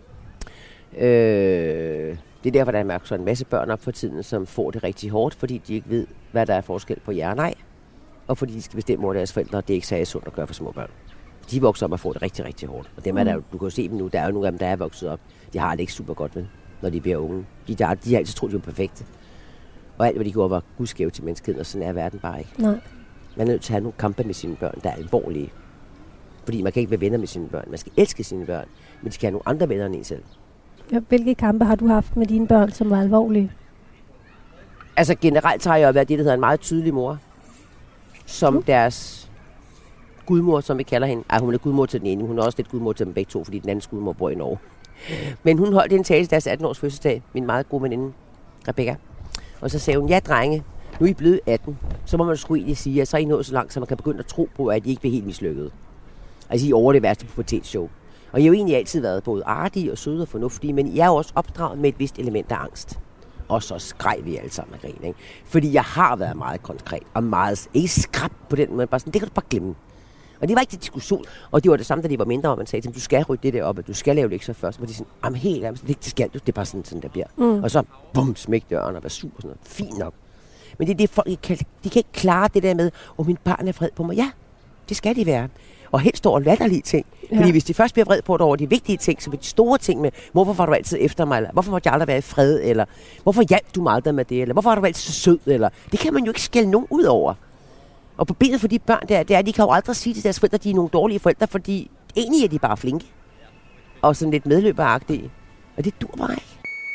B: Det er derfor, der er så en masse børn op for tiden, som får det rigtig hårdt, fordi de ikke ved, hvad der er forskel på ja og nej. Og fordi de skal bestemme over deres forældre, det er ikke særlig sundt at gøre for små børn. De vokser op og får det rigtig, rigtig hårdt. Og dem er der jo, du kan jo se dem nu, der er jo nogle af dem, der er vokset op. De har det ikke super godt med, når de bliver unge. De har altid troet, de var perfekte. Og alt, hvad de gjorde, var gudskæve til menneskeheden, og sådan er verden bare ikke.
A: Nej.
B: Man er nødt til at have nogle kampe med sine børn, der er alvorlige. Fordi man kan ikke være venner med sine børn. Man skal elske sine børn, men de skal have nogle andre venner end en selv.
A: Ja, hvilke kampe har du haft med dine børn, som var alvorlige?
B: Altså generelt har jeg jo været det, der hedder en meget tydelig mor. Som deres gudmor, som vi kalder hende. Hun er gudmor til den ene, hun er også lidt gudmor til dem begge to, fordi den anden gudmor bor i Norge. Men hun holdt en tale til deres 18-års fødselsdag, min meget gode veninde, Rebecca. Og så sagde hun, ja drenge, nu er I blevet 18, så må man sgu egentlig sige, at så er I nået så langt, så man kan begynde at tro på, at I ikke bliver helt mislykket. Altså I er over det værste pubertetsshow. Og I har jo egentlig altid været både artige og søde og fornuftige, men I er jo også opdraget med et vist element af angst. Og så skreg vi alle sammen af grin, ikke? Fordi jeg har været meget konkret og meget, ikke skrab på den måde, bare sådan, det kan du bare glemme. Og det var ikke til diskussion. Og det var det samme, da de var mindre, og man sagde til dem, du skal rydde det der op, og du skal lave lektier først. Og de sådan, jamen helt ærligt, det skal du, det er bare sådan der bliver. Og så, bum, smæk døren og var sur og sådan noget. Fint nok. Men det er det, folk de kan ikke klare det der med, min barn er vred på mig. Ja, det skal de være. Og helst over latterlige ting. Ja. Fordi hvis de først bliver vred på dig over de vigtige ting, så vil de store ting med, hvorfor var du altid efter mig, eller hvorfor måtte jeg aldrig være i fred, eller hvorfor hjalp du mig aldrig med det, eller hvorfor var du altid så sød, eller det kan man jo ikke skælde nogen ud over. Og problemet for de børn der, det er, at de kan jo aldrig sige til deres forældre, at de er nogle dårlige forældre, fordi egentlig er de bare flinke. Og sådan lidt medløberagtige. Og det dur bare ikke.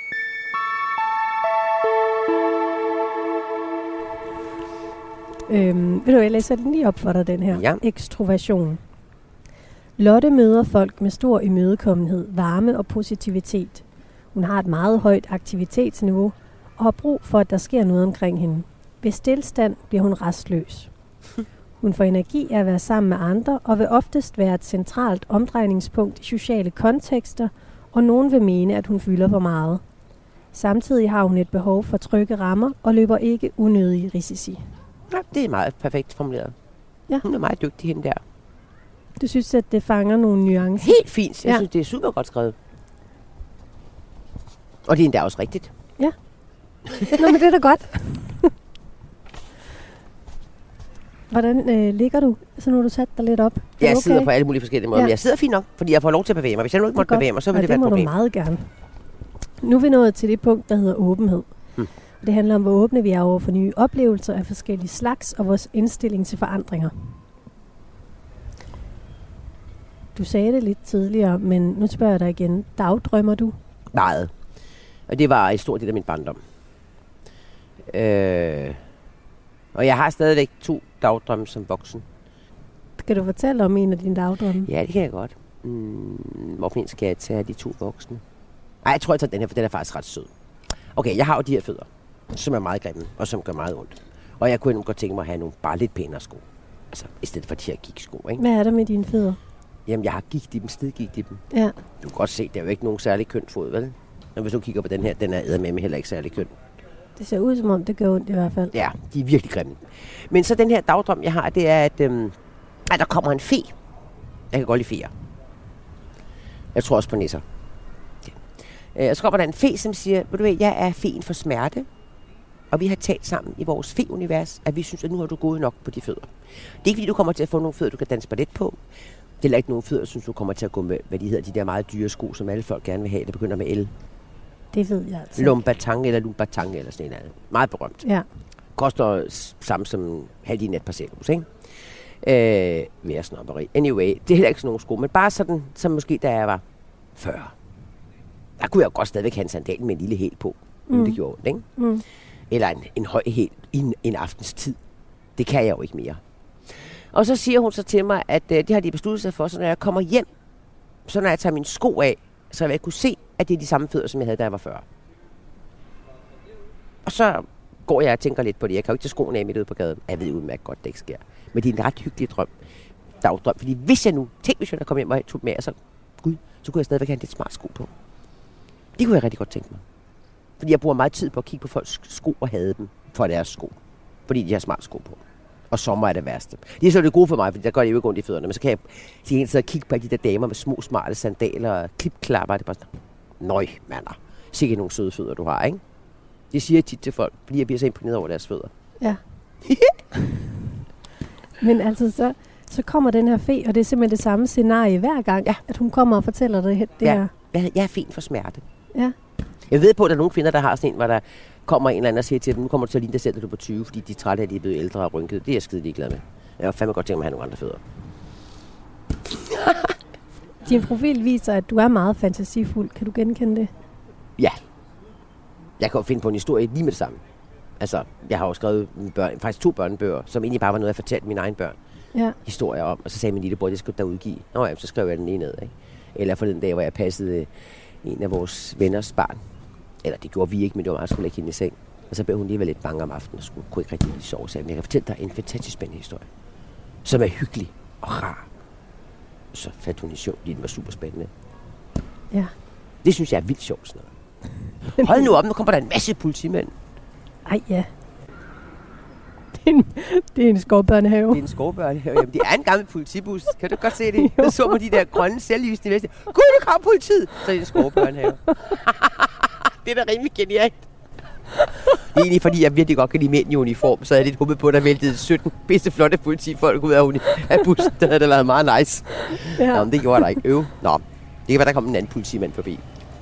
A: Vil du læse den lige op for dig, den her?
B: Ja.
A: Ekstroversion. Lotte møder folk med stor imødekommenhed, varme og positivitet. Hun har et meget højt aktivitetsniveau og har brug for, at der sker noget omkring hende. Ved stilstand bliver hun rastløs. Hun får energi af at være sammen med andre og vil oftest være et centralt omdrejningspunkt i sociale kontekster, og nogen vil mene, at hun fylder for meget. Samtidig har hun et behov for trygge rammer og løber ikke unødige risici.
B: Ja, det er meget perfekt formuleret.
A: Ja.
B: Hun er meget dygtig, hende der.
A: Du synes, at det fanger nogle nuancer?
B: Helt fint. Jeg synes, det er super godt skrevet. Og det er endda også rigtigt.
A: Ja. Nå, men det er da godt. Hvordan ligger du? Så nu har du sat dig lidt op.
B: Jeg sidder på alle mulige forskellige måder. Ja. Men jeg sidder fint nok, fordi jeg får lov til at bevæge mig. Hvis jeg nu ikke måtte bevæge mig, så ville det være et problem.
A: Det må du meget gerne. Nu er vi nået til det punkt, der hedder åbenhed. Det handler om, hvor åbne vi er over for nye oplevelser af forskellige slags, og vores indstilling til forandringer. Du sagde det lidt tidligere, men nu spørger jeg dig igen. Dagdrømmer du?
B: Meget. Og det var en stor del af min barndom. Og jeg har stadigvæk 2 dagdrømme som voksen.
A: Skal du fortælle om en af dine dagdrømme?
B: Ja, det kan jeg godt. Hvorfor en skal jeg tage de 2 voksne? Nej, jeg tror, jeg tager den her, for den er faktisk ret sød. Okay, jeg har jo de her fødder, som er meget grimme, og som gør meget ondt. Og jeg kunne godt tænke mig at have nogle bare lidt pænere sko. Altså, i stedet for de her gigsko, ikke?
A: Hvad er der med dine fødder?
B: Jamen, jeg har gigt i dem, stedgigt i dem.
A: Ja.
B: Du kan godt se, det er jo ikke nogen særlig køn fod, vel? Og hvis du kigger på den her, den er eddermame heller ikke særlig køn.
A: Det ser ud som om, det gør ondt i hvert fald.
B: Ja, de er virkelig grimme. Men så den her dagdrøm, jeg har, det er, at der kommer en fe. Jeg kan godt lide feer. Jeg tror også på nisser. Ja. Så kommer der en fe, som siger, ved du hvad, jeg er feen for smerte. Og vi har talt sammen i vores fe-univers, at vi synes, at nu har du gået nok på de fødder. Det er ikke fordi, du kommer til at få nogle fødder, du kan danse ballet på. Det er heller ikke nogen fødder, synes du kommer til at gå med, hvad de hedder, de der meget dyre sko, som alle folk gerne vil have, der begynder med L.
A: Det ved jeg altså.
B: Lumbatang eller lumbatang eller sådan noget. Meget berømt.
A: Ja.
B: Koster samme som halvdelen af et parcelhus, ikke? Mere snobberi. Anyway, det er heller ikke sådan nogle sko, men bare sådan, som måske da jeg var 40. Der kunne jeg godt stadigvæk have en sandal med en lille hæl på, det gjorde ondt, ikke? Mm. Eller en høj hæl i en aftens tid. Det kan jeg jo ikke mere. Og så siger hun så til mig, at det har de besluttet sig for, så når jeg kommer hjem, så når jeg tager mine sko af, så jeg vil kunne se, at det er de samme fødder, som jeg havde, da jeg var 40. Og så går jeg og tænker lidt på det. Jeg kan jo ikke tage skoene af midt ude på gaden. Jeg ved udmærket godt, det ikke sker. Men det er en ret hyggelig dagdrøm. Fordi hvis jeg kom hjem og tog med, så kunne jeg stadigvæk have en lidt smart sko på. Det kunne jeg rigtig godt tænke mig. Fordi jeg bruger meget tid på at kigge på folks sko og hade dem for deres sko. Fordi de har smart sko på. Og sommer er det værste. Det er så det gode for mig, fordi der går det jo ikke ondt i fødderne. Men så kan jeg sidde og kigge på de der damer med små, smarte sandaler og klipklapper. Det er bare sådan, nøj, mander. Sikke nogle søde fødder, du har, ikke? Det siger jeg tit til folk, fordi jeg bliver så imponeret over deres fødder. Ja.
A: Men altså, så kommer den her fe, og det er simpelthen det samme scenarie hver gang, ja. At hun kommer og fortæller det her.
B: Jeg er fen for smerte.
A: Ja.
B: Jeg ved på, at der er nogle kvinder, der har sådan en, hvor der kommer en eller anden og siger til dem, nu kommer du til at ligne dig selv, da du er på 20, fordi de er trætte af, at de er blevet ældre og rynket. Det er jeg skide ligeglad med. Jeg har fandme godt tænkt mig at have nogle andre fødder.
A: Din profil viser, at du er meget fantasifuld. Kan du genkende det?
B: Ja. Jeg kan jo finde på en historie lige med det samme. Altså, jeg har jo skrevet faktisk 2 børnebøger, som egentlig bare var noget, jeg fortalte mine egne børn. Ja. Historier om, og så sagde min lillebror, det skal du da udgive. Nå ja, så skrev jeg den lige ned, ikke? Eller for den dag, hvor jeg passede en af vores venners barn. Eller det gjorde vi ikke, men det var meget, skulle lægge hende i seng. Og så blev hun lige lidt bange om aftenen, og kunne ikke rigtig sove. Så jeg kan fortælle dig en fantastisk spændende historie, som er hyggelig og rar. Så fandt hun i sjov, fordi den var super spændende.
A: Ja.
B: Det synes jeg er vildt sjovt sådan noget. Hold nu op, nu kommer der en masse politimænd.
A: Ej ja. Det er en skovbørnehave.
B: Det er en skovbørnehave. Jamen, det er en gammel politibus. Kan du godt se det? Så så man de der grønne selvlysende væste. Gud, nu kommer politiet! Så er det en skovbørnehave. Det er da rimelig genialt. Det er egentlig, fordi jeg virkelig godt kan lide mænd i uniform, så jeg lidt håbet på, at der væltede 17 bedste flotte politifolk ud af bussen. Det havde da været meget nice. Ja. Nå, men det gjorde der ikke. Nå, det kan være, der kom en anden politimand forbi.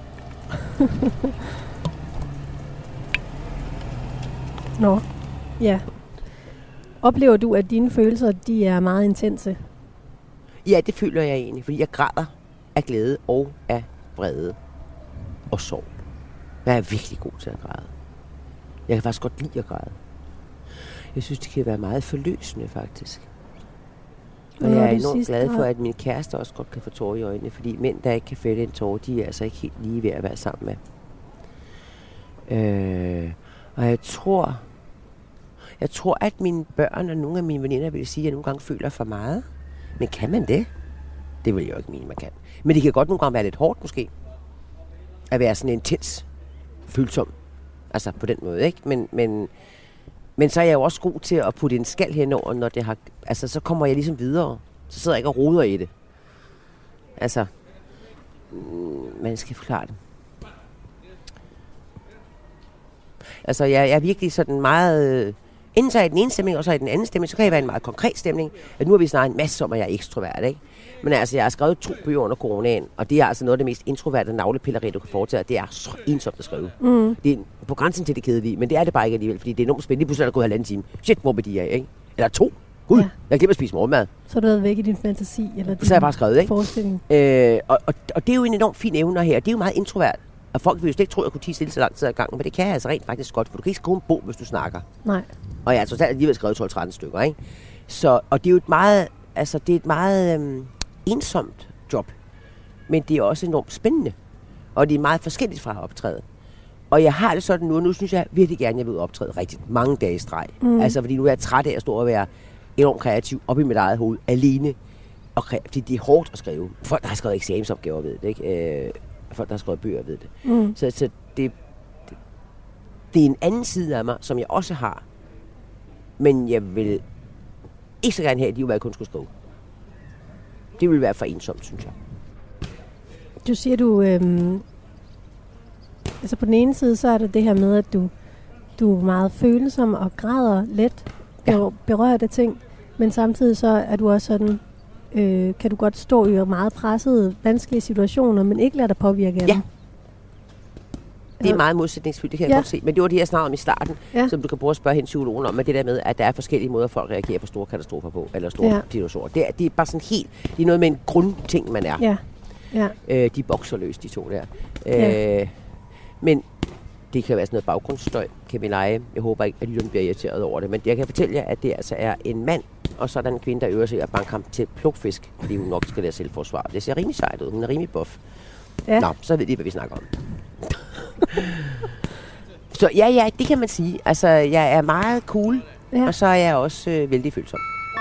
A: Nå, ja. Oplever du, at dine følelser, de er meget intense?
B: Ja, det føler jeg egentlig, fordi jeg græder af glæde og af vrede og sorg. Jeg er virkelig god til at græde. Jeg kan faktisk godt lide at græde. Jeg synes, det kan være meget forløsende, faktisk. Og jeg er enormt glad for, at min kæreste også godt kan få tårer i øjnene, fordi mænd, der ikke kan fælde en tårer, de er altså ikke helt lige ved at være sammen med. Og jeg tror, at mine børn og nogle af mine veninder vil sige, at jeg nogle gange føler for meget. Men kan man det? Det vil jeg jo ikke mene, man kan. Men det kan godt nogle gange være lidt hårdt, måske. At være sådan intens, følsom. Altså på den måde, ikke? Men så er jeg jo også god til at putte en skal henover, når det har... Altså, så kommer jeg ligesom videre. Så sidder jeg ikke og roder i det. Altså... man skal forklare det. Altså, jeg er virkelig sådan meget Enten så er den ene stemning, og så er den anden stemning. Så kan jeg være en meget konkret stemning. At nu har vi snakket en masse om, at jeg er ekstrovert, ikke? Men altså, jeg har skrevet 2 bøger under coronaen, og det er altså noget af det mest introverte navlepilleri, du kan foretage. Det er så ensomt at skrive. Det er på grænsen til det kedelige, men det er det bare ikke alligevel, fordi det er enormt spændende. Lige pludselig er der gået 1,5 time. Shit, hvor er de af, ikke? Eller 2. Gud, jeg glemmer at spise morgenmad.
A: Så har du været væk i din fantasi, eller din
B: så har jeg bare skrevet, ikke?
A: Forestilling.
B: Og det er jo en enormt fin evne her. Det er jo meget introvert. Og folk vil jo slet ikke tro, at jeg kunne tie stille så lang tid ad gangen, men det kan jeg altså rent faktisk godt, for du kan ikke skrive en bog, hvis du snakker.
A: Nej.
B: Og jeg har totalt alligevel skrevet 12-13 stykker, ikke? Så, og det er jo et meget ensomt job, men det er også enormt spændende. Og det er meget forskelligt fra at optræde. Og jeg har det sådan nu, og nu synes jeg virkelig gerne, at jeg vil optræde rigtig mange dage i streg. Altså, fordi nu er jeg træt af at stå og være enormt kreativ op i mit eget hoved, alene. Og fordi det er hårdt at skrive. Folk, der har skrevet eksamensopgaver, ved det, ikke? Folk, der har skrevet bøger, ved det. Så det er en anden side af mig, som jeg også har. Men jeg vil ikke så gerne have, at de kun skulle skrive. Det vil være for ensomt, synes jeg.
A: Du siger, altså på den ene side, så er det her med, at du er meget følsom og græder let, berørt af ting, men samtidig så er du også sådan, kan du godt stå i meget pressede, vanskelige situationer, men ikke lade dig påvirke af dem.
B: Det er meget modsætningsfyldt, det kan jeg godt se. Men det var det, jeg snakkede om i starten, som du kan bruge at spørge hen psykologen om, med det der med, at der er forskellige måder, folk reagerer på store katastrofer på, eller store situationer. Det er bare sådan helt, det er noget med en grundting, man er. De bokser løs, de to der. Men det kan være sådan noget baggrundsstøj, kan vi lege. Jeg håber ikke, at lytterne bliver irriteret over det. Men jeg kan fortælle jer, at det altså er en mand, og så er der en kvinde, der øver sig at banke ham til plukfisk, fordi hun nok skal lære selvforsvar. Det ser rimelig sejt ud. Hun er rimelig buff. Nå, så ved I, hvad vi snakker om. Så ja, det kan man sige. Altså, jeg er meget cool, og så er jeg også vældig følsom.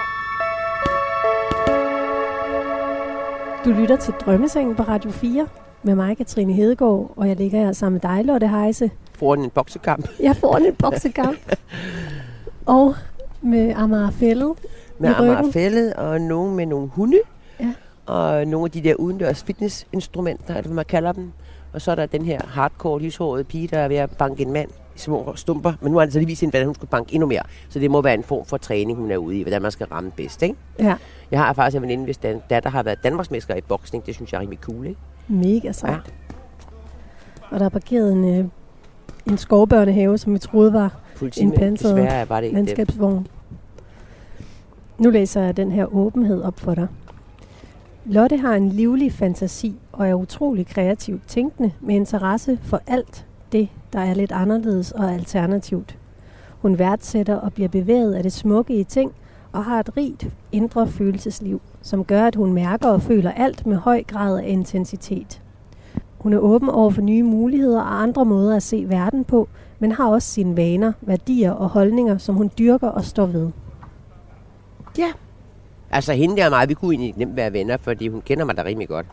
A: Du lytter til Drømmesengen på Radio 4 med mig, Katrine Hedegaard, og jeg ligger her sammen med dig, Lotte Heise.
B: Foran en boksekamp.
A: Jeg foran en boksekamp. Og med Amager Fælled.
B: Med Amager Fælled og nogen med nogle hunde. Og nogle af de der udendørs fitnessinstrumenter, eller hvad man kalder dem. Og så er der den her hardcore, lyshårede pige, der er ved at banke en mand i små stumper. Men nu har han så lige vist hende, hvordan hun skulle banke endnu mere. Så det må være en form for træning, hun er ude i, hvordan man skal ramme bedst, ikke? Ja. Jeg har faktisk en veninde, hvis der har været danmarksmester i boksning. Det synes jeg er rimelig cool, ikke?
A: Mega sejt. Ja. Og der er parkeret en skovbørnehave, som vi troede var en pansret landskabsvogn. Nu læser jeg den her åbenhed op for dig. Lotte har en livlig fantasi og er utrolig kreativt tænkende med interesse for alt det, der er lidt anderledes og alternativt. Hun værdsætter og bliver bevæget af det smukke i ting og har et rigt indre følelsesliv, som gør, at hun mærker og føler alt med høj grad af intensitet. Hun er åben over for nye muligheder og andre måder at se verden på, men har også sine vaner, værdier og holdninger, som hun dyrker og står ved.
B: Ja. Altså hende der meget, vi kunne egentlig nemt være venner, fordi hun kender mig da rimelig godt.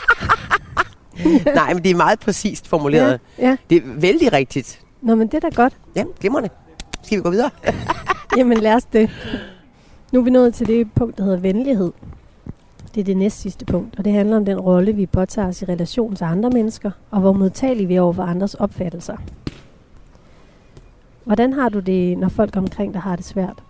B: Nej, men det er meget præcist formuleret. Ja. Det er vældig rigtigt.
A: Nå, men det er da godt.
B: Ja, glimrende. Skal vi gå videre?
A: Jamen lad os det. Nu er vi nået til det punkt, der hedder venlighed. Det er det næst sidste punkt, og det handler om den rolle, vi påtager os i relation til andre mennesker, og hvor modtagelige vi er over for andres opfattelser. Hvordan har du det, når folk omkring dig har det svært?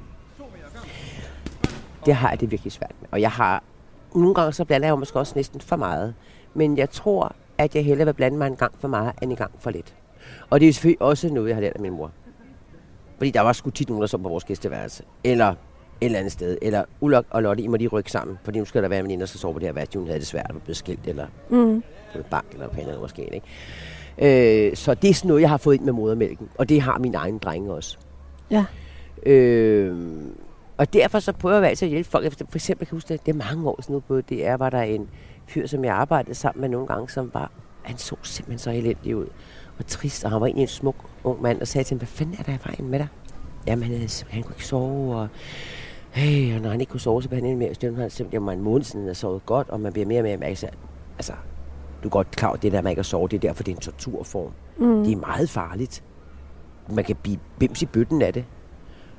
B: Det har jeg det virkelig svært med. Og jeg har nogle gange så blander jeg jo måske også næsten for meget. Men jeg tror, at jeg hellere vil blande mig en gang for meget, end en gang for lidt. Og det er selvfølgelig også noget, jeg har lært af min mor. Fordi der var sgu tit nogen, der så på vores gæsteværelse. Eller et eller andet sted. Eller Ulla og Lotte, I må lige rykke sammen. Fordi nu skal der være en, der skal sove på det her værelse. Hun havde det svært at blive skilt. Eller på et bank. Eller på noget måske. Ikke? Så det er sådan noget, jeg har fået ind med modermælken. Og det har mine egne drenge også. Ja. Og derfor så prøver jeg altid at hjælpe folk. For eksempel kan jeg huske, at det er mange år siden nu på DR, var der en fyr, som jeg arbejdede sammen med nogle gange, som var, han så simpelthen så elendig ud. Og trist, og han var egentlig en smuk ung mand, og sagde til ham, hvad fanden er der i vejen med dig? Jamen, han kunne ikke sove, og og når han ikke kunne sove, så blev han endnu mere støvende. Han simpelthen, det var en måned siden, han sovet godt, og man bliver mere og mere mærket. Altså, du er godt klar over, det der, man ikke har sovet, det er derfor, det er en torturform. Det er meget farligt. Man kan blive bims i bøtten af det.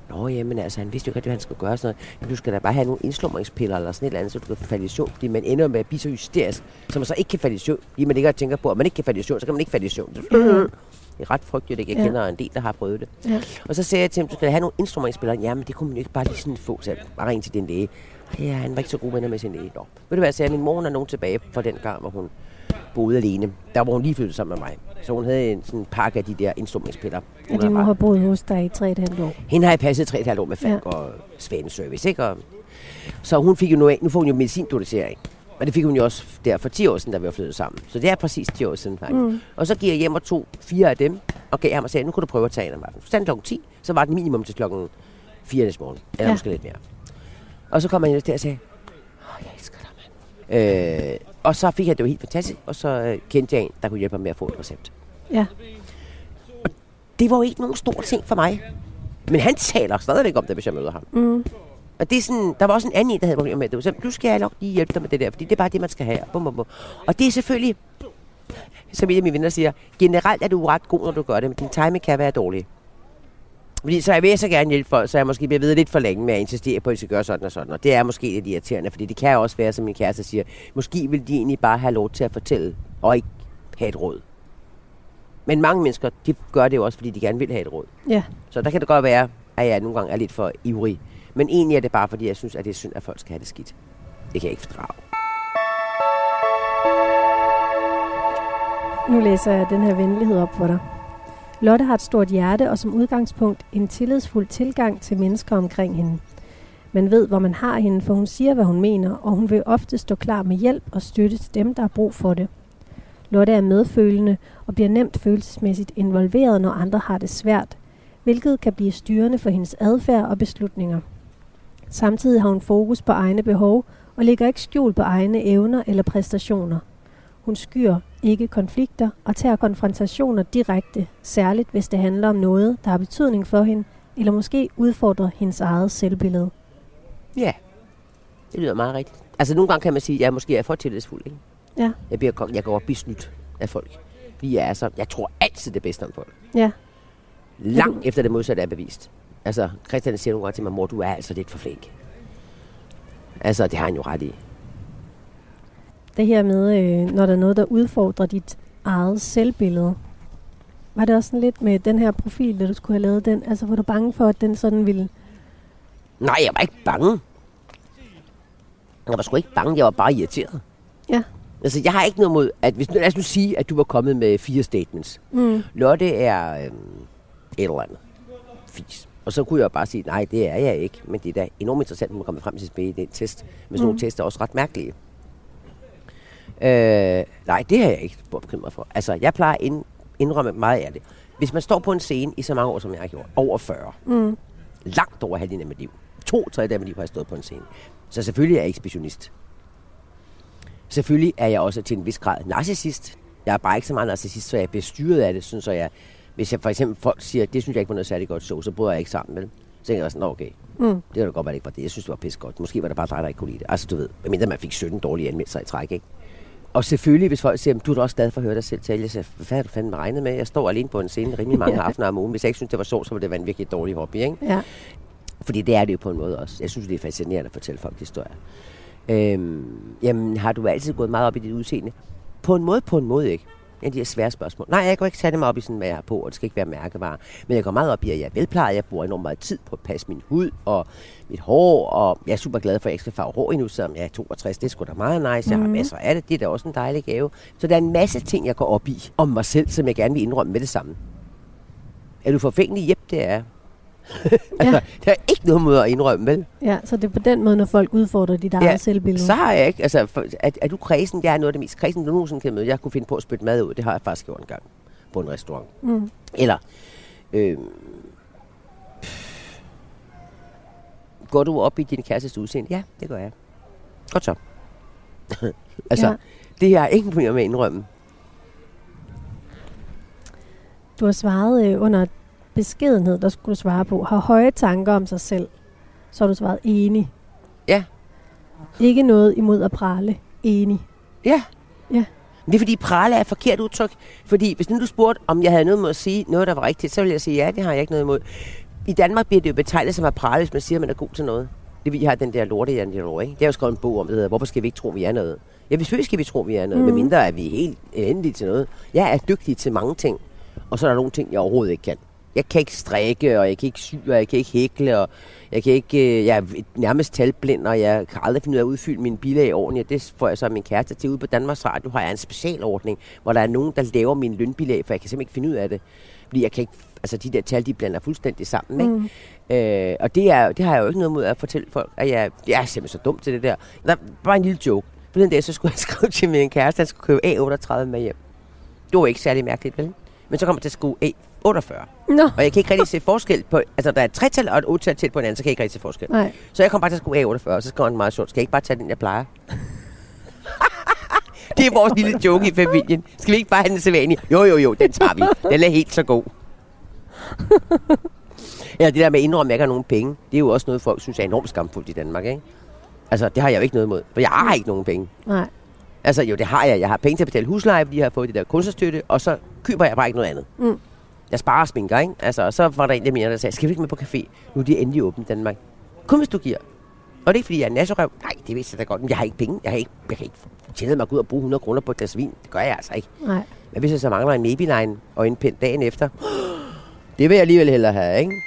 B: Nå, jamen altså, han vidste jo ikke, at han skulle gøre sådan noget. Men du skal da bare have nogle indslumringspiller eller sådan et eller andet, så du kan falde i søvn. Fordi man ender med at blive så hysterisk, så man så ikke kan falde i søvn. Fordi man ikke tænker på, at man ikke kan falde i søvn, så kan man ikke falde i søvn. Det er ret frygteligt, jeg kender en del, der har prøvet det. Ja. Og så sagde jeg til ham, du skal have nogle instrumentspillere. Jamen, det kunne man jo ikke bare lige sådan få, så bare ringe til din læge. Ja, han var ikke så god venner med sin læge. Nå. Ved du hvad, jeg sagde, min mor er nogen tilbage fra den gang, hvor hun boede alene. Der var hun lige flyttet sammen med mig. Så hun havde en sådan pakke af de der instrumentspillere.
A: Ja, din mor har boet hos dig i 3,5 år.
B: Hende har jeg passet 3,5 år med Falk og Svaneservice, ikke? Og så hun fik jo nu får hun jo medicindosering. Og det fik hun jo også der for 10 år siden, da vi var flyttet sammen. Så det er præcis 10 år siden faktisk. Og så gik jeg hjem og tog 4 af dem, og gav ham og sagde, nu kunne du prøve at tage en af dem. Så kl. 10, så var det minimum til klokken 4 næste morgen. Eller måske lidt mere. Og så kom han der og sagde, jeg elsker dig, mand. Og så fik jeg det jo helt fantastisk, og så kendte jeg en, der kunne hjælpe mig med at få et recept. Ja. Og det var jo ikke nogen stor ting for mig. Men han taler stadigvæk om det, hvis jeg møder ham. Og det er sådan, der var også en anden en, der havde problemer med det. Så du skal nok lige hjælpe dig med det der, fordi det er bare det, man skal have. Og det er selvfølgelig, som en af mine venner siger, generelt er du ret god, når du gør det, men din timing kan være dårlig. Fordi så vil jeg så gerne hjælpe folk, så jeg måske bliver ved lidt for længe med at insistere på, at de skal gøre sådan og sådan. Og det er måske lidt irriterende, fordi det kan også være, som min kæreste siger, måske vil de egentlig bare have lov til at fortælle, og ikke have et råd. Men mange mennesker, de gør det jo også, fordi de gerne vil have et råd. Ja. Så der kan det godt være, at jeg nogle gange er lidt for ivrig. Men egentlig er det bare, fordi jeg synes, at det er synd, at folk skal have det skidt. Det kan jeg ikke fordrage.
A: Nu læser jeg den her venlighed op for dig. Lotte har et stort hjerte og som udgangspunkt en tillidsfuld tilgang til mennesker omkring hende. Man ved, hvor man har hende, for hun siger, hvad hun mener, og hun vil ofte stå klar med hjælp og støtte til dem, der har brug for det. Lotte er medfølende og bliver nemt følelsesmæssigt involveret, når andre har det svært, hvilket kan blive styrende for hendes adfærd og beslutninger. Samtidig har hun fokus på egne behov og lægger ikke skjul på egne evner eller præstationer. Hun skyer ikke konflikter og tager konfrontationer direkte, særligt hvis det handler om noget, der har betydning for hende, eller måske udfordrer hendes eget selvbillede.
B: Ja, det lyder meget rigtigt. Altså nogle gange kan man sige, at jeg måske er for tillidsfuld, ikke? Ja. Jeg kan godt blive snydt af folk. Jeg tror altid det bedste om folk. Ja. Langt efter det modsatte er bevist. Altså, Christian siger nogle gange til mig, mor, du er altså lidt for flink. Altså, det har han jo ret i.
A: Det her med, når der er noget, der udfordrer dit eget selvbillede. Var det også sådan lidt med den her profil, da du skulle have lavet den? Altså, var du bange for, at den sådan ville...
B: Nej, jeg var ikke bange. Jeg var sgu ikke bange, jeg var bare irriteret. Ja. Altså, jeg har ikke noget mod, at lad os nu sige, at du var kommet med 4 statements. Lotte er et eller andet fis. Og så kunne jeg bare sige, nej, det er jeg ikke. Men det er da enormt interessant, at man kommer frem til i den test. Men sådan nogle tester er også ret mærkelige. Nej, det har jeg ikke bekymret for. Altså, jeg plejer at indrømme meget af det. Hvis man står på en scene i så mange år, som jeg har gjort, over 40, langt over halvdelen af mit liv, 2/3 af mit liv har jeg stået på en scene. Så selvfølgelig er jeg ekspressionist. Selvfølgelig er jeg også til en vis grad narcissist. Jeg er bare ikke så meget narcissist, så jeg bliver styret af det, synes jeg. Hvis jeg for eksempel folk siger, det synes jeg ikke var noget særligt godt så bryder jeg ikke sammen med dem. Så tænker jeg sådan, okay, det kan da godt være, det ikke var det. Jeg synes, det var pisse godt. Måske var det bare dig, der ikke kunne lide det. Altså, du ved, medmindre man fik 17 dårlige anmeldelser i træk, ikke? Og selvfølgelig, hvis folk siger, du er da også glad for at høre dig selv tale. Jeg siger, hvad har du fandme regnet med? Jeg står alene på en scene rimelig mange aftener om ugen. Hvis jeg ikke synes, det var så var det en virkelig dårlig hobby, ikke? Ja. Fordi det er det jo på en måde også. Jeg synes, det er fascinerende at fortælle folk historier. Jamen, har du altid gået meget op i dit udseende? På en måde ikke. En af de her svære spørgsmål. Nej, jeg går ikke sætte mig op i sådan, hvad jeg har på, og det skal ikke være mærkevarer. Men jeg går meget op i, at jeg er velplejet. Jeg bruger enormt meget tid på at passe min hud og mit hår, og jeg er super glad for, at jeg ikke skal farve hår endnu, selvom jeg er 62. Det er sgu da meget nice. Jeg har masser af det. Det er da også en dejlig gave. Så der er en masse ting, jeg går op i om mig selv, som jeg gerne vil indrømme med det samme. Er du forfængelig? Jep, det er. Altså, der er ikke noget måde at indrømme, vel?
A: Ja, så det er på den måde, når folk udfordrer dit eget selvbillede.
B: Så har jeg ikke. Altså, er du kredsen? Jeg er noget af det mest kredsen, du nogensinde kan møde. Jeg kunne finde på at spytte mad ud. Det har jeg faktisk gjort en gang på en restaurant. Eller, går du op i din kærestes udseende? Ja, det gør jeg. Godt så. Altså, det har jeg ikke problem med at indrømme.
A: Du har svaret under beskedenhed, der skulle du svare på, har høje tanker om sig selv, så har du svaret enig.
B: Ja.
A: Ikke noget imod at prale. Enig.
B: Ja. Ja. Det er fordi prale er et forkert udtryk. Fordi hvis nu du spurgte, om jeg havde noget med at sige noget, der var rigtigt, så ville jeg sige, ja, det har jeg ikke noget imod. I Danmark bliver det jo betegnet som at prale, hvis man siger, at man er god til noget. Det vi har den der lortejerndialog, ikke? Det er jo skrevet en bog om, det hedder, hvorfor skal vi ikke tro, vi er noget? Ja, selvfølgelig skal vi tro, vi er noget, medmindre er vi helt elendige til noget. Jeg er dygtig til mange ting, og så er der nogle ting, jeg overhovedet ikke kan. Jeg kan ikke strikke, og jeg kan ikke sy, og jeg kan ikke hækle, og jeg kan ikke, jeg er nærmest talblind, og jeg kan aldrig finde ud af at udfylde mine bilag ordentligt. Det får jeg så min kæreste til. Ude på Danmarks Radio har jeg en specialordning, hvor der er nogen, der laver mine lønbilag, for jeg kan simpelthen ikke finde ud af det. Fordi jeg kan ikke, altså de der tal, de blander fuldstændig sammen, ikke? Og det har jeg jo ikke noget mod at fortælle folk, at jeg er simpelthen så dum til det der. Der var bare en lille joke. På den dag, så skulle jeg skrive til min kæreste, at jeg skulle købe A38 med hjem. Det var ikke særlig mærkeligt, vel? Men så kommer jeg til at skrive A48.
A: No.
B: Og jeg kan ikke rigtig se forskel på... Altså, der er et 3-tal og et 8-tal til på en anden, så kan jeg ikke rigtig se forskel.
A: Nej.
B: Så jeg kommer bare til at skrive A48, og så skriver han meget sjovt. Skal jeg ikke bare tage den, jeg plejer? Det er vores lille joke i familien. Skal vi ikke bare have den sædvanlige? Jo, den tager vi. Den er helt så god. Ja, det der med at indrømme, at jeg ikke har nogen penge, det er jo også noget, folk synes er enormt skamfuldt i Danmark, ikke? Altså, det har jeg jo ikke noget imod, for jeg har ikke nogen penge.
A: Nej.
B: Altså, jo, det har jeg. Jeg har penge til at betale husleje, fordi jeg har fået det der kunstnerstøtte, og så køber jeg bare ikke noget andet. Jeg sparer og sminker, ikke? Altså, og så var der en af mine, der sagde, skal vi ikke med på café? Nu er de endelig åbent i Danmark. Kun hvis du giver. Og det er ikke, fordi jeg er nasserøv. Nej, det vidste jeg da godt, men jeg har ikke penge. Jeg kan ikke tillade mig at gå ud og bruge 100 kroner på et glas vin. Det gør jeg altså ikke.
A: Nej.
B: Men hvis jeg så mangler en Maybelline og en pind dagen efter, det vil jeg alligevel hellere have, ikke?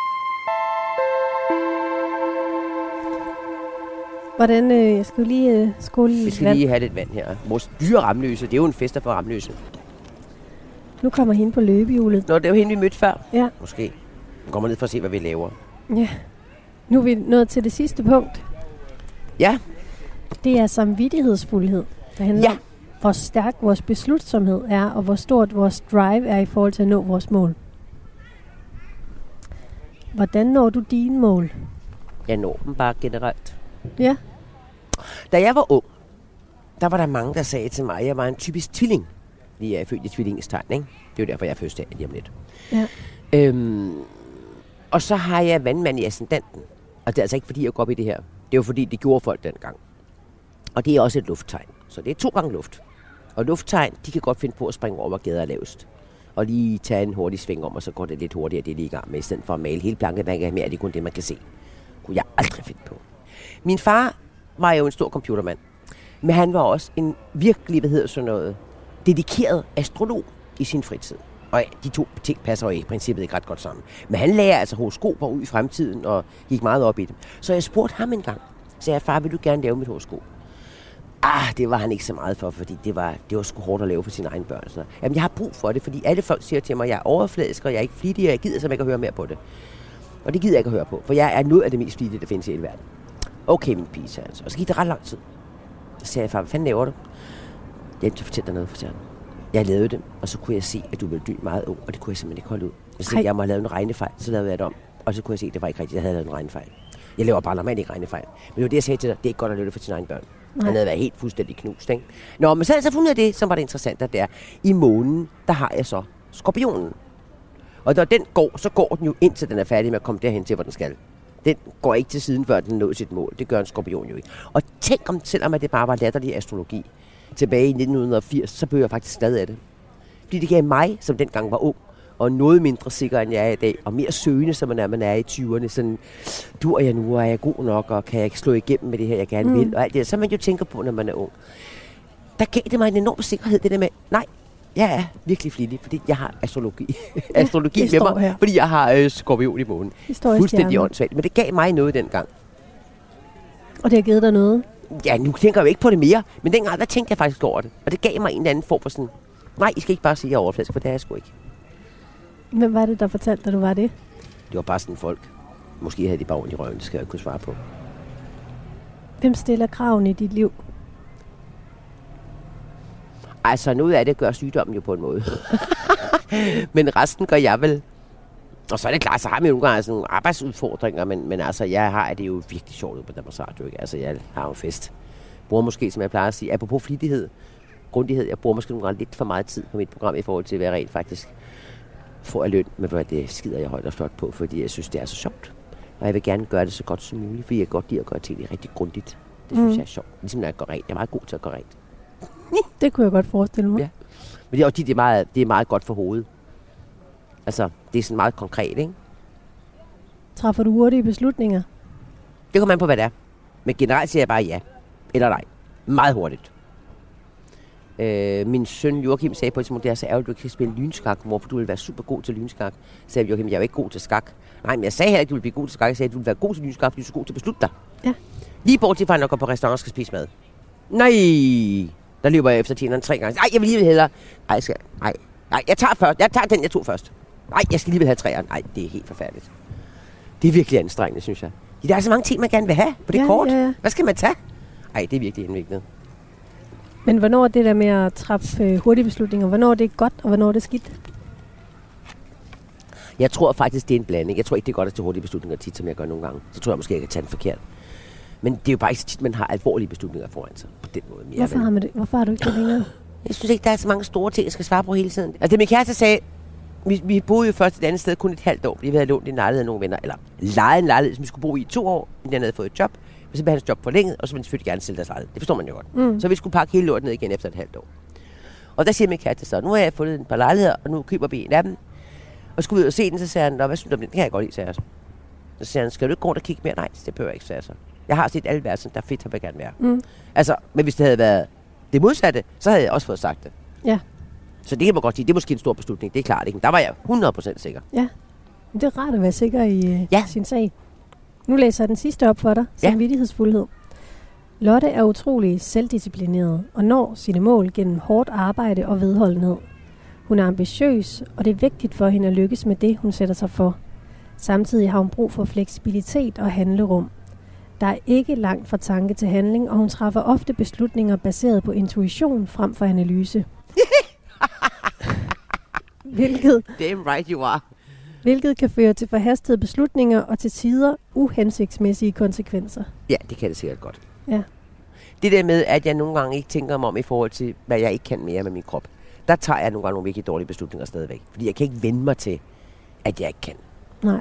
A: Hvordan, jeg skal jo lige skåle i
B: Vi skal lige have lidt vand her. Vores dyre Ramløse, det er jo en fester for Ramløse.
A: Nu kommer hende på løbehjulet.
B: Nå, det er jo hende, vi mødte før.
A: Ja.
B: Måske. Nu kommer ned for at se, hvad vi laver.
A: Ja. Nu er vi nået til det sidste punkt.
B: Ja.
A: Det er samvittighedsfuldhed. Der handler om, hvor stærk vores beslutsomhed er, og hvor stort vores drive er i forhold til at nå vores mål. Hvordan når du dine mål?
B: Jeg når dem bare generelt.
A: Ja.
B: Da jeg var ung, der var der mange, der sagde til mig, at jeg var en typisk tvilling. Fordi jeg er født i tvillingestegn, ikke? Det er jo derfor, jeg er fødselsdag lige om lidt.
A: Ja.
B: Og så har jeg vandmand i ascendanten. Og det er altså ikke, fordi jeg går op i det her. Det er jo fordi, det gjorde folk dengang. Og det er også et lufttegn. Så det er 2 gange luft. Og lufttegn, de kan godt finde på at springe over, hvor gader er lavest. Og lige tage en hurtig sving om, og så går det lidt hurtigere, det er lige i gang med. I stedet for at male hele blankeværket mere, det er kun det, man kan se. Kunne jeg aldrig finde på. Min far var jo en stor computermand. Men han var også en virkelig, dedikeret astrolog i sin fritid. Og de 2 ting passer jo i princippet ikke ret godt sammen. Men han lagde altså horoskoper ud i fremtiden og gik meget op i det. Så jeg spurgte ham en gang. Så jeg, far, vil du gerne lave mit horoskop? Det var han ikke så meget for, fordi det var sgu hårdt at lave for sine egne børn. Så, jamen, jeg har brug for det, fordi alle folk siger til mig, at jeg er overfladisk, og jeg er ikke flittig, og jeg gider simpelthen ikke at høre mere på det. Og det gider jeg ikke at høre på, for jeg er noget af det mest flittige, der findes i hele verden. Okay, min pige, sagde han så. Og så gik det ret lang tid. Så sagde jeg, far, hvad fanden laver du? Jeg vil fortælle dig noget, fortælle. Jeg lavede det, og så kunne jeg se, at du ville dø meget ung, og det kunne jeg simpelthen ikke holde ud. Så sagde jeg må have lavet en regnefejl, så lavede jeg det om. Og så kunne jeg se, at det var ikke rigtigt, jeg havde lavet en regnefejl. Jeg laver bare normalt ikke regnefejl. Men det var det, jeg sagde til dig, det er ikke godt at lave det for sine egne børn. Nej. Han havde været helt fuldstændig knust, ikke? Nå, men så fundet ud af det, som var det interessante, at det er, i månen, der har jeg så skorpionen. Og når den går, så går den jo indtil den er færdig med at komme derhen til, hvor den skal. Den går ikke til siden, før den nåede sit mål. Det gør en skorpion jo ikke. Og tænk om, selvom det bare var latterlig astrologi, tilbage i 1980, så blev jeg faktisk stadig af det. Fordi det gav mig, som dengang var ung, og noget mindre sikker, end jeg er i dag, og mere søgende, som man er i 20'erne. Sådan, dur jeg nu, og er jeg god nok, og kan jeg slå igennem med det her, jeg gerne vil, og alt det, så man jo tænker på, når man er ung. Der gav det mig en enorm sikkerhed, det der med, nej, jeg er virkelig flittig, fordi jeg har astrologi med mig, her. Fordi jeg har skorpion i månen. Fuldstændig åndssvagt, men det gav mig noget dengang.
A: Og det har givet dig noget?
B: Ja, nu tænker jeg jo ikke på det mere, men dengang, der tænkte jeg faktisk over det. Og det gav mig en eller anden form for sådan, nej, I skal ikke bare sige, at jeg er overfladisk, for det er jeg sgu ikke.
A: Hvem var det, der fortalte dig, du var det?
B: Det var bare sådan folk. Måske havde de bare ondt i røven, det skal jeg ikke kunne svare på.
A: Hvem stiller kraven i dit liv?
B: Altså, noget af det gør sygdommen jo på en måde. Men resten gør jeg vel. Og så er det klart, så har vi jo nogle gange sådan nogle arbejdsudfordringer, men altså, jeg har det jo virkelig sjovt ude på Danmarks Radio, ikke? Altså, jeg har jo fest. Bruger måske, som jeg plejer at sige, apropos flittighed, grundighed, jeg bruger måske nogle gange lidt for meget tid på mit program i forhold til, hvad jeg rent faktisk får af løn, men det skider jeg højt og flot på, fordi jeg synes, det er så sjovt. Og jeg vil gerne gøre det så godt som muligt, fordi jeg godt lide at gøre tingene rigtig grundigt. Det synes jeg er sjovt. Ligesom når jeg går rent. Jeg er meget god til at gå rent.
A: Det kunne jeg godt forestille mig.
B: Ja. Men det er også det er meget godt for hovedet. Altså, det er sådan meget konkret, ikke?
A: Træffer du hurtige beslutninger?
B: Det kommer an på, hvad det er. Men generelt siger jeg bare ja. Eller nej. Meget hurtigt. Min søn Joachim sagde på et tidspunkt, det er så ærgerligt, at du ikke kan spille lynskak, hvorfor du vil være super god til lynskak. Så sagde Joachim, jeg er jo ikke god til skak. Nej, men jeg sagde heller ikke, at du ville blive god til skak. Jeg sagde, at du ville være god til lynskak, fordi du er så god til at beslutte dig.
A: Ja.
B: Lige bortset fra, når jeg går på restaurant og skal spise mad. Nej, der løber jeg efter tjeneren 3 gange. Nej, jeg vil lige hellere. Nej, jeg tager først. Jeg tager den, jeg tog først. Nej, jeg skal lige have 3'eren. Nej, det er helt forfærdeligt. Det er virkelig anstrengende, synes jeg. Der er så mange ting, man gerne vil have på det kort.
A: Ja.
B: Hvad skal man tage? Nej, det er virkelig indviklet.
A: Men hvornår er det der med at træffe hurtige beslutninger? Hvornår er det godt, og hvornår er det skidt?
B: Jeg tror faktisk, det er en blanding. Jeg tror ikke, det er godt at tage hurtige beslutninger tit, som jeg gør nogle gange. Så tror jeg måske, jeg kan tage den forkert. Men det er jo bare ikke så tit, man har alvorlige beslutninger foran sig på den måde.
A: Hvorfor har du ikke det længere?
B: Jeg synes ikke, der er så mange store ting, jeg skal svare på hele tiden. Altså det min kæreste sagde, vi boede jo først et andet sted kun et halvt år. Vi havde lånt en lejlighed af nogle venner, eller lejet en lejlighed, som vi skulle bo i 2 år, inden han havde fået et job. Og så blev hans job forlænget, og så ville han selvfølgelig gerne sælge deres lejlighed. Det forstår man jo godt. Så vi skulle pakke hele lortet ned igen efter et halvt år. Og der siger min kæreste så, nu har jeg fundet et par lejligheder, og nu køber vi en af dem. Og skulle vi ud og se den, så sagde han, hvad synes du om den? Det kan jeg godt lide, sagde jeg så. Så sagde han, skal du ikke gå rundt og kigge mere? Nej, det behøver jeg ikke, sagde jeg så. Jeg har set alle værelser, der er fedt, der vil gerne være. Altså, men hvis det havde været det modsatte, så havde jeg også fået sagt det.
A: Ja.
B: Så det kan man godt sige, det er måske en stor beslutning, det er klart ikke. Der var jeg 100% sikker.
A: Ja, det er rart at være sikker i sin sag. Nu læser jeg den sidste op for dig, samvittighedsfuldhed. Lotte er utrolig selvdisciplineret og når sine mål gennem hårdt arbejde og vedholdenhed. Hun er ambitiøs, og det er vigtigt for hende at lykkes med det, hun sætter sig for. Samtidig har hun brug for fleksibilitet og handlerum. Der er ikke langt fra tanke til handling, og hun træffer ofte beslutninger baseret på intuition frem for analyse. Hvilket kan føre til forhastede beslutninger og til tider uhensigtsmæssige konsekvenser.
B: Ja, det kan det sikkert godt.
A: Ja.
B: Det der med, at jeg nogle gange ikke tænker mig om i forhold til, hvad jeg ikke kan mere med min krop. Der tager jeg nogle gange nogle virkelig dårlige beslutninger stadigvæk. Fordi jeg kan ikke vende mig til, at jeg ikke kan.
A: Nej.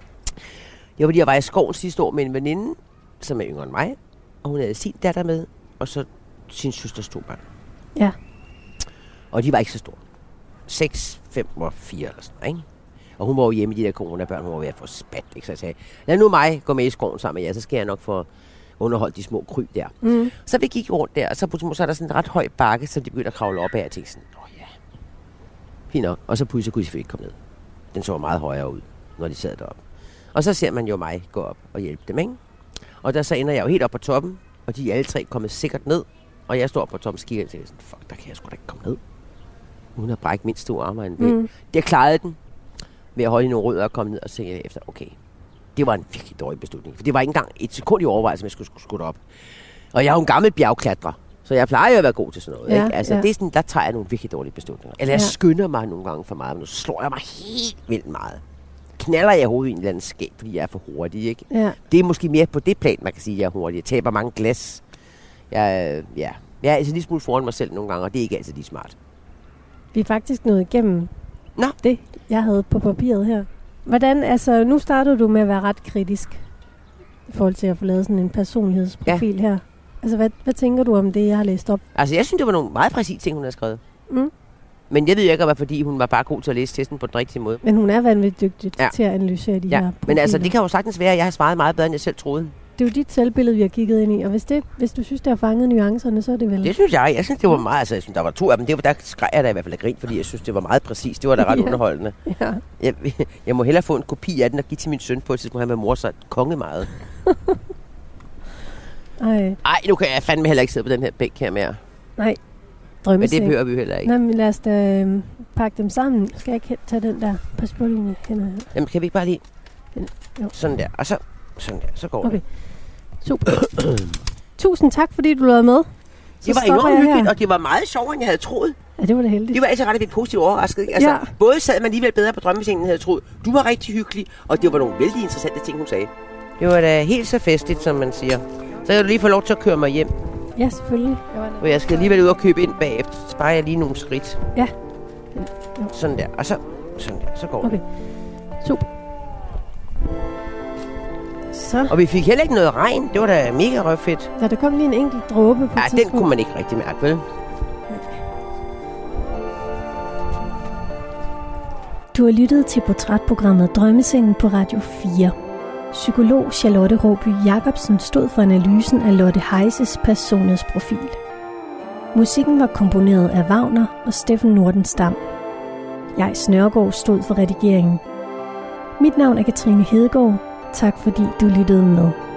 B: Jeg var i skoven sidste år med en veninde, som er yngre end mig. Og hun havde sin datter med, og så sin søsters 2 børn.
A: Ja.
B: Og de var ikke så store. 6, 5 og 4 eller sådan, ikke? Og hun var jo hjemme i de der coronabørn, hun var ved at få spat, ikke? Så jeg sagde, lad nu mig gå med i skoven sammen med jer, så skal jeg nok få underholdt de små kryb der. Så vi gik rundt der, og så er der sådan en ret høj bakke, som de begyndte at kravle op af, og jeg tænkte sådan, ja, fint nok. Og så pludselig kunne de selvfølgelig ikke komme ned. Den så meget højere ud, når de sad deroppe. Og så ser man jo mig gå op og hjælpe dem, ikke? Og der så ender jeg jo helt op på toppen, og de er alle 3 kommet sikkert ned, og jeg står på toppen og kigger og tænker sådan, fuck, der kan jeg sgu da ikke komme ned. Uden at brække mindst 2 arme af en væg. Jeg klarede den ved at holde i nogle rødder og komme ned og tænke efter, okay, det var en virkelig dårlig beslutning. For det var ikke engang et sekund i overvejelse, at jeg skulle skudt op. Og jeg er jo en gammel bjergklatrer, så jeg plejer jo at være god til sådan noget. Ikke? Altså, det er sådan, der tager jeg nogle virkelig dårlige beslutninger. Eller jeg skynder mig nogle gange for meget, men nu slår jeg mig helt vildt meget. Knalder jeg hovedet i en eller anden skab, fordi jeg er for hurtig, ikke? Ja. Det er måske mere på det plan, man kan sige, at jeg er hurtig. Jeg taber mange glas. Jeg er altså lige smule foran mig selv nogle gange, og det er ikke altid lige smart.
A: Vi er faktisk nået igennem det, jeg havde på papiret her. Hvordan, altså, nu startede du med at være ret kritisk i forhold til at få lavet sådan en personlighedsprofil her. Altså, hvad tænker du om det, jeg har læst op? Altså,
B: jeg synes, det var nogle meget præcise ting, hun har skrevet. Men jeg ved ikke, om det var, fordi hun var bare god til at læse testen på den rigtige måde.
A: Men hun er vanvittigt dygtig til at analysere de her profiler.
B: Men altså, det kan jo sagtens være, at jeg har svaret meget bedre, end jeg selv troede.
A: Det er jo dit selvbillede, vi har kigget ind i, og hvis du synes, det har fanget nuancerne, så er det vel...
B: Det synes jeg. Jeg synes, det var meget... Altså, jeg synes, der var 2 af dem. Der skreg jeg da i hvert fald af grin, fordi jeg synes, det var meget præcist. Det var da ret underholdende. Ja. Jeg må hellere få en kopi af den og give til min søn på, så han med mor sig konge meget. Ej, nu kan jeg fandme heller ikke sidde på den her bænk her mere.
A: Nej, drømmeseng.
B: Men det behøver vi jo heller ikke.
A: Nej, men lad os da pakke dem sammen. Skal jeg ikke tage den der? Pas på dine hænder her.
B: Jamen, kan vi ikke bare lige... Sådan der, og så... Sådan der, så går det.
A: Super. Tusind tak, fordi du lavede med.
B: Det var enormt hyggeligt, og det var meget sjovere, end jeg havde troet.
A: Ja, det var det heldigt.
B: Det var altså ret lidt positivt overrasket. Ikke? Altså, både sad man alligevel bedre på drømmesengen, end jeg havde troet. Du var rigtig hyggelig, og det var nogle vældig interessante ting, hun sagde. Det var da helt så festligt, som man siger. Så kan du lige få lov til at køre mig hjem.
A: Ja, selvfølgelig.
B: Og jeg skal alligevel ud og købe ind bagefter. Så sparer jeg lige nogle skridt.
A: Ja.
B: Sådan der, og så sådan der, så går det.
A: Super. Så.
B: Og vi fik heller ikke noget regn. Det var da mega røvfedt.
A: Ja, der kom lige en enkelt dråbe på et tidspunkt.
B: Den kunne man ikke rigtig mærke, vel?
A: Du har lyttet til portrætprogrammet Drømmesengen på Radio 4. Psykolog Charlotte Råby Jacobsen stod for analysen af Lotte Heises personlighedsprofil. Musikken var komponeret af Wagner og Steffen Nordenstam. Jeg, Snørgaard, stod for redigeringen. Mit navn er Katrine Hedegaard. Tak fordi du lyttede med.